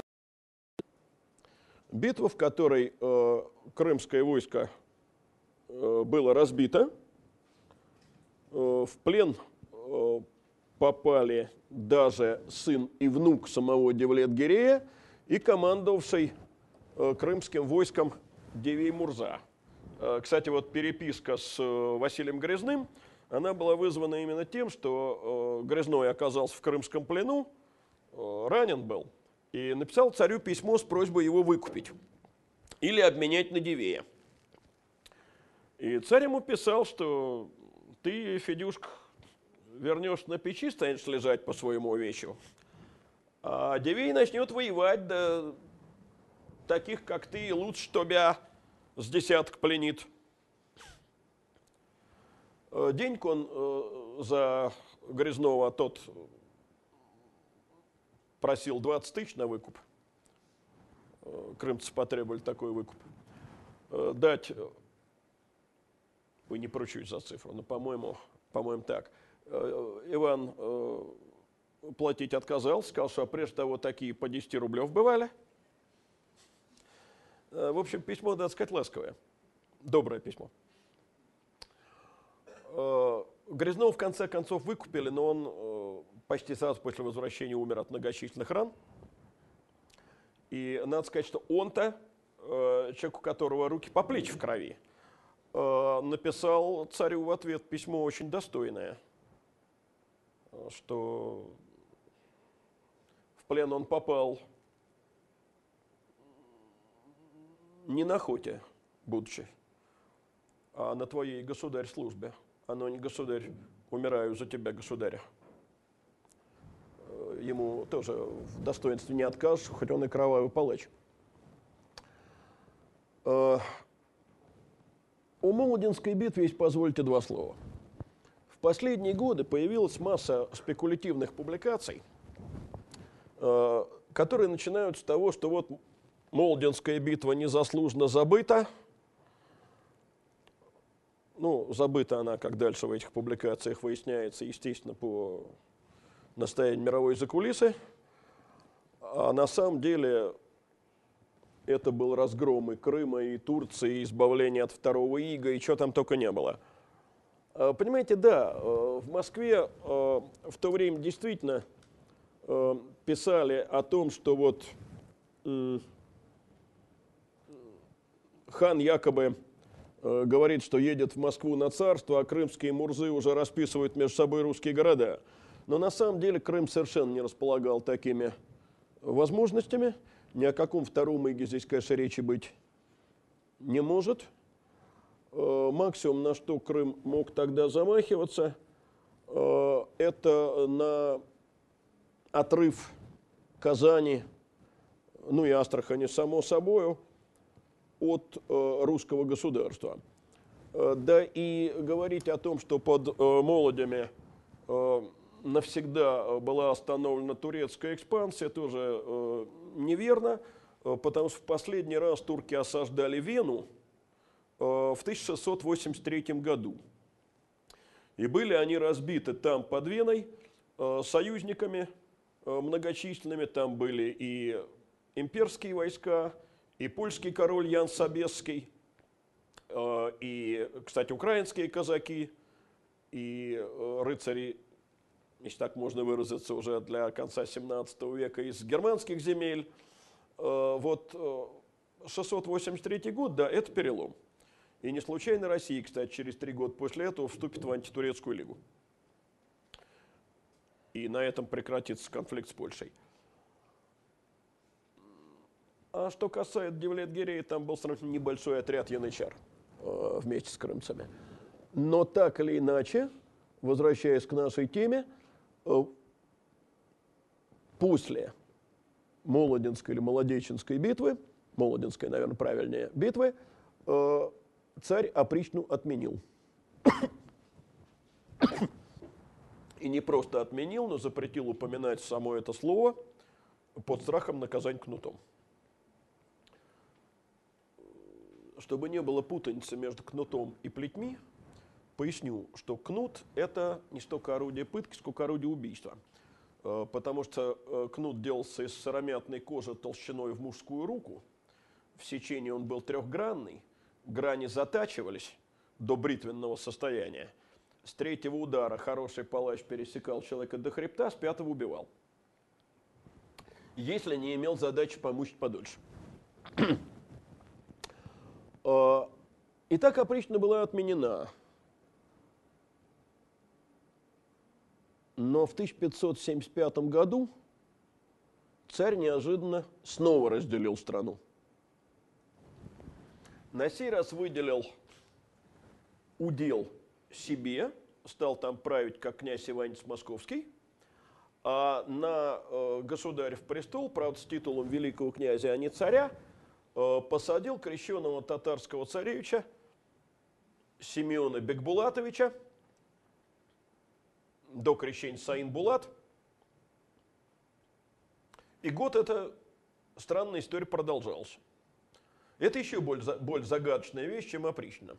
Битва, в которой крымское войско было разбито. В плен попали даже сын и внук самого Девлет-Гирея и командовавший крымским войском Дивей Мурза. Кстати, вот переписка с Василием Грязным, она была вызвана именно тем, что Грязной оказался в крымском плену, ранен был, и написал царю письмо с просьбой его выкупить или обменять на Дивея. И царь ему писал, что ты, Федюшка, вернешь на печи, станешь лежать по своему увечью, а Дивей начнет воевать, да таких, как ты, лучше тебя с десяток пленит. Денег он за Грязного тот просил 20 тысяч на выкуп. Крымцы потребовали такой выкуп. Дать, вы не поручусь за цифру, но, по-моему, так. Иван платить отказался, сказал, что прежде того такие по 10 рублев бывали. В общем, письмо, надо сказать, ласковое. Доброе письмо. Грязного в конце концов выкупили, но он почти сразу после возвращения умер от многочисленных ран. И надо сказать, что он-то, человек, у которого руки по плечи в крови, написал царю в ответ письмо очень достойное, что в плен он попал не на охоте, будучи, а на твоей государь службе, оно не государь, умираю за тебя, государя. Ему тоже в достоинстве не откажешь, хоть он и кровавый палач. О Молодинской битве, если позволите, два слова. В последние годы появилась масса спекулятивных публикаций, которые начинают с того, что вот Молодинская битва незаслуженно забыта. Ну, забыта она, как дальше в этих публикациях выясняется, естественно, по настоянию мировой закулисы. А на самом деле это был разгром и Крыма, и Турции, и избавление от второго ига, и чего там только не было. Понимаете, да, в Москве в то время действительно писали о том, что вот хан якобы говорит, что едет в Москву на царство, а крымские мурзы уже расписывают между собой русские города. Но на самом деле Крым совершенно не располагал такими возможностями. Ни о каком втором иге здесь, конечно, речи быть не может. Максимум, на что Крым мог тогда замахиваться, это на отрыв Казани, ну и Астрахани, само собой, от русского государства. Да и говорить о том, что под Молодями навсегда была остановлена турецкая экспансия, тоже неверно, потому что в последний раз турки осаждали Вену в 1683 году. И были они разбиты там под Веной союзниками многочисленными, там были и имперские войска, и польский король Ян Собесский, и, кстати, украинские казаки, и рыцари, если так можно выразиться, уже для конца 17 века из германских земель. Вот 683 год, да, это перелом. И не случайно Россия, кстати, через 3 года после этого вступит в антитурецкую лигу. И на этом прекратится конфликт с Польшей. А что касается Девлет-Гирея, там был сравнительно небольшой отряд янычар вместе с крымцами. Но так или иначе, возвращаясь к нашей теме, после Молодинской или Молодеченской битвы, Молодинской, наверное, правильнее, битвы, царь опричну отменил. И не просто отменил, но запретил упоминать само это слово под страхом наказания кнутом. Чтобы не было путаницы между кнутом и плетьми, поясню, что кнут – это не столько орудие пытки, сколько орудие убийства. Потому что кнут делался из сыромятной кожи толщиной в мужскую руку. В сечении он был трехгранный, грани затачивались до бритвенного состояния. С 3-го удара хороший палач пересекал человека до хребта, с 5-го убивал. Если не имел задачи помучить подольше. Итак, опрична была отменена. Но в 1575 году царь неожиданно снова разделил страну. На сей раз выделил удел себе, стал там править как князь Иванец Московский, а на государев престол, правда, с титулом великого князя, а не царя, посадил крещеного татарского царевича Симеона Бекбулатовича, до крещения Саин-Булат. И год эта странная история продолжалась. Это еще более загадочная вещь, чем опричнина.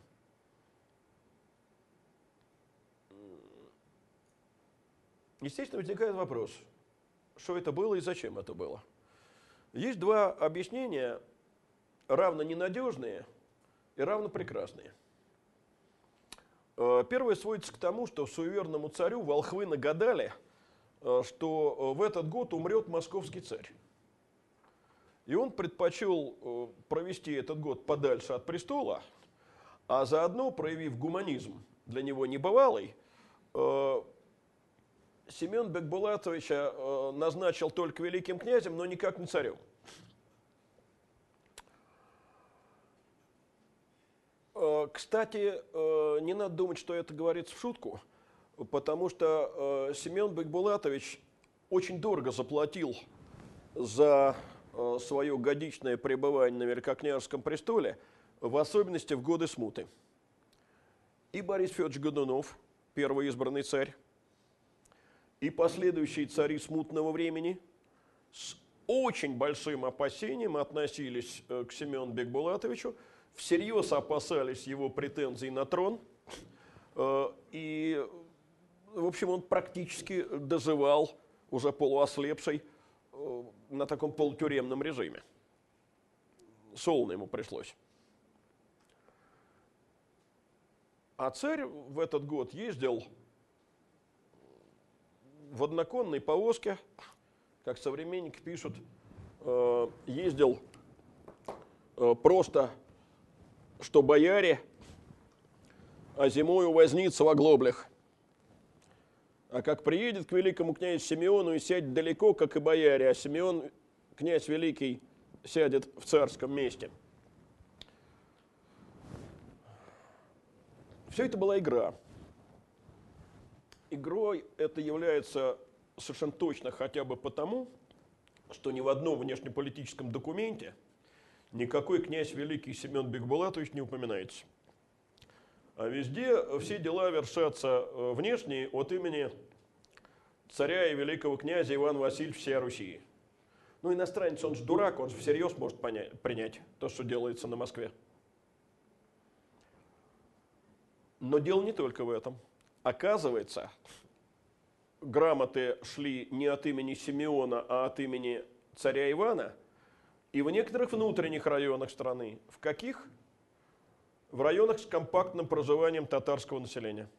Естественно, возникает вопрос, что это было и зачем это было. Есть два объяснения, равно ненадежные и равно прекрасные. Первое сводится к тому, что суеверному царю волхвы нагадали, что в этот год умрет московский царь. И он предпочел провести этот год подальше от престола, а заодно, проявив гуманизм для него небывалый, Семен Бекбулатовича назначил только великим князем, но никак не царем. Кстати, не надо думать, что это говорится в шутку, потому что Семен Бекбулатович очень дорого заплатил за свое годичное пребывание на Великокняжеском престоле, в особенности в годы смуты. И Борис Федорович Годунов, первый избранный царь, и последующие цари смутного времени с очень большим опасением относились к Семену Бекбулатовичу, всерьез опасались его претензий на трон, и, в общем, он практически доживал, уже полуослепший, на таком полутюремном режиме. Солоно ему пришлось. А царь в этот год ездил в одноконной повозке, как современники пишут, ездил просто, что бояре, а зимою возница в оглоблях. А как приедет к великому князю Симеону и сядет далеко, как и бояре, а Симеон, князь великий, сядет в царском месте. Все это была игра. Игрой это является совершенно точно хотя бы потому, что ни в одном внешнеполитическом документе никакой князь великий Семен Бекбулатович не упоминается. А везде все дела вершатся внешние от имени царя и великого князя Ивана Васильевича всей Руси. Ну, иностранец, он же дурак, он же всерьез может принять то, что делается на Москве. Но дело не только в этом. Оказывается, грамоты шли не от имени Симеона, а от имени царя Ивана, и в некоторых внутренних районах страны. В каких? В районах с компактным проживанием татарского населения.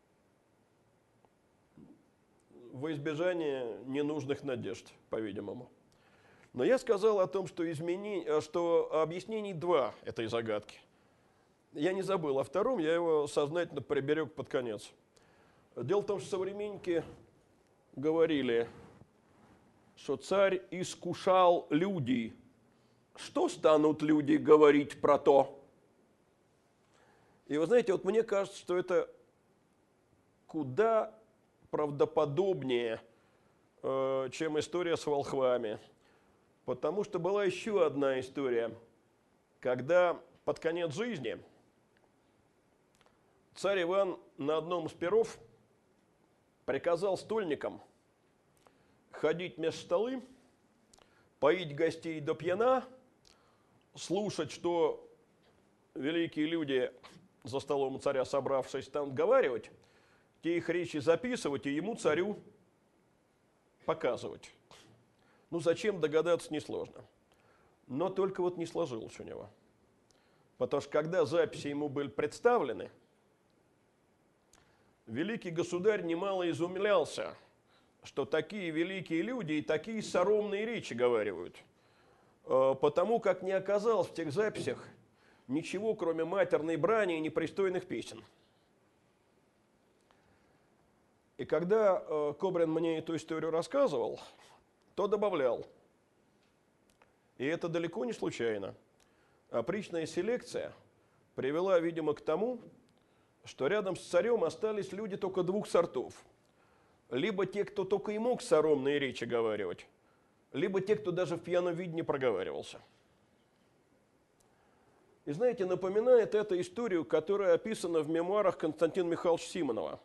Во избежание ненужных надежд, по-видимому. Но я сказал о том, что объяснений два этой загадки. Я не забыл о втором, я его сознательно приберег под конец. Дело в том, что современники говорили, что царь искушал людей. Что станут люди говорить про то? И вы знаете, вот мне кажется, что это куда правдоподобнее, чем история с волхвами. Потому что была еще одна история, когда под конец жизни царь Иван на одном из перов приказал стольникам ходить меж столы, поить гостей до пьяна, слушать, что великие люди, за столом у царя собравшись, станут говаривать, те их речи записывать и ему, царю, показывать. Ну, зачем, догадаться несложно. Но только вот не сложилось у него. Потому что когда записи ему были представлены, великий государь немало изумлялся, что такие великие люди и такие соромные речи говаривают. Потому как не оказалось в тех записях ничего, кроме матерной брани и непристойных песен. И когда Кобрин мне эту историю рассказывал, то добавлял, и это далеко не случайно, опричная селекция привела, видимо, к тому, что рядом с царем остались люди только двух сортов. Либо те, кто только и мог соромные речи говаривать, либо те, кто даже в пьяном виде не проговаривался. И знаете, напоминает это историю, которая описана в мемуарах Константина Михайловича Симонова.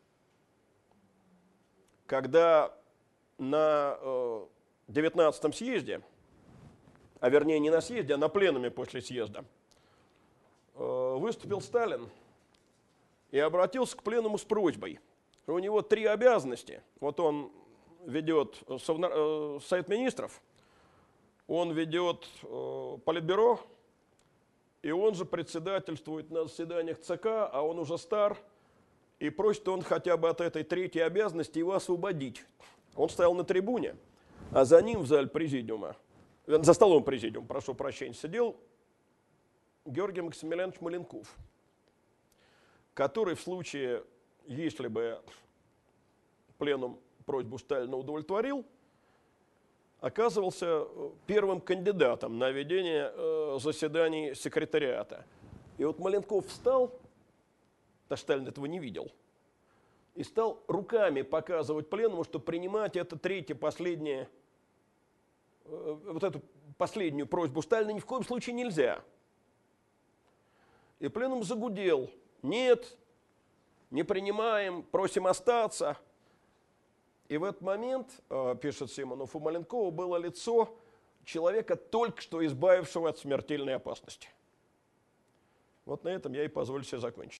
Когда на 19-м съезде, а вернее не на съезде, а на пленуме после съезда, выступил Сталин и обратился к пленуму с просьбой. У него три обязанности. Вот он ведет Совет министров, он ведет Политбюро, и он же председательствует на заседаниях ЦК, а он уже стар, и просит он хотя бы от этой третьей обязанности его освободить. Он стоял на трибуне, а за ним в зале президиума, за столом президиума, прошу прощения, сидел Георгий Максимилианович Маленков, который в случае, если бы пленум просьбу Сталина удовлетворил, оказывался первым кандидатом на ведение заседаний секретариата. И вот Маленков встал, а Сталин этого не видел, и стал руками показывать пленному, что принимать это третье, последнее, вот эту последнюю просьбу Сталина ни в коем случае нельзя. И пленум загудел: нет, не принимаем, просим остаться. И в этот момент, пишет Симонов, у Маленкова было лицо человека, только что избавившего от смертельной опасности. Вот на этом я и позволю себе закончить.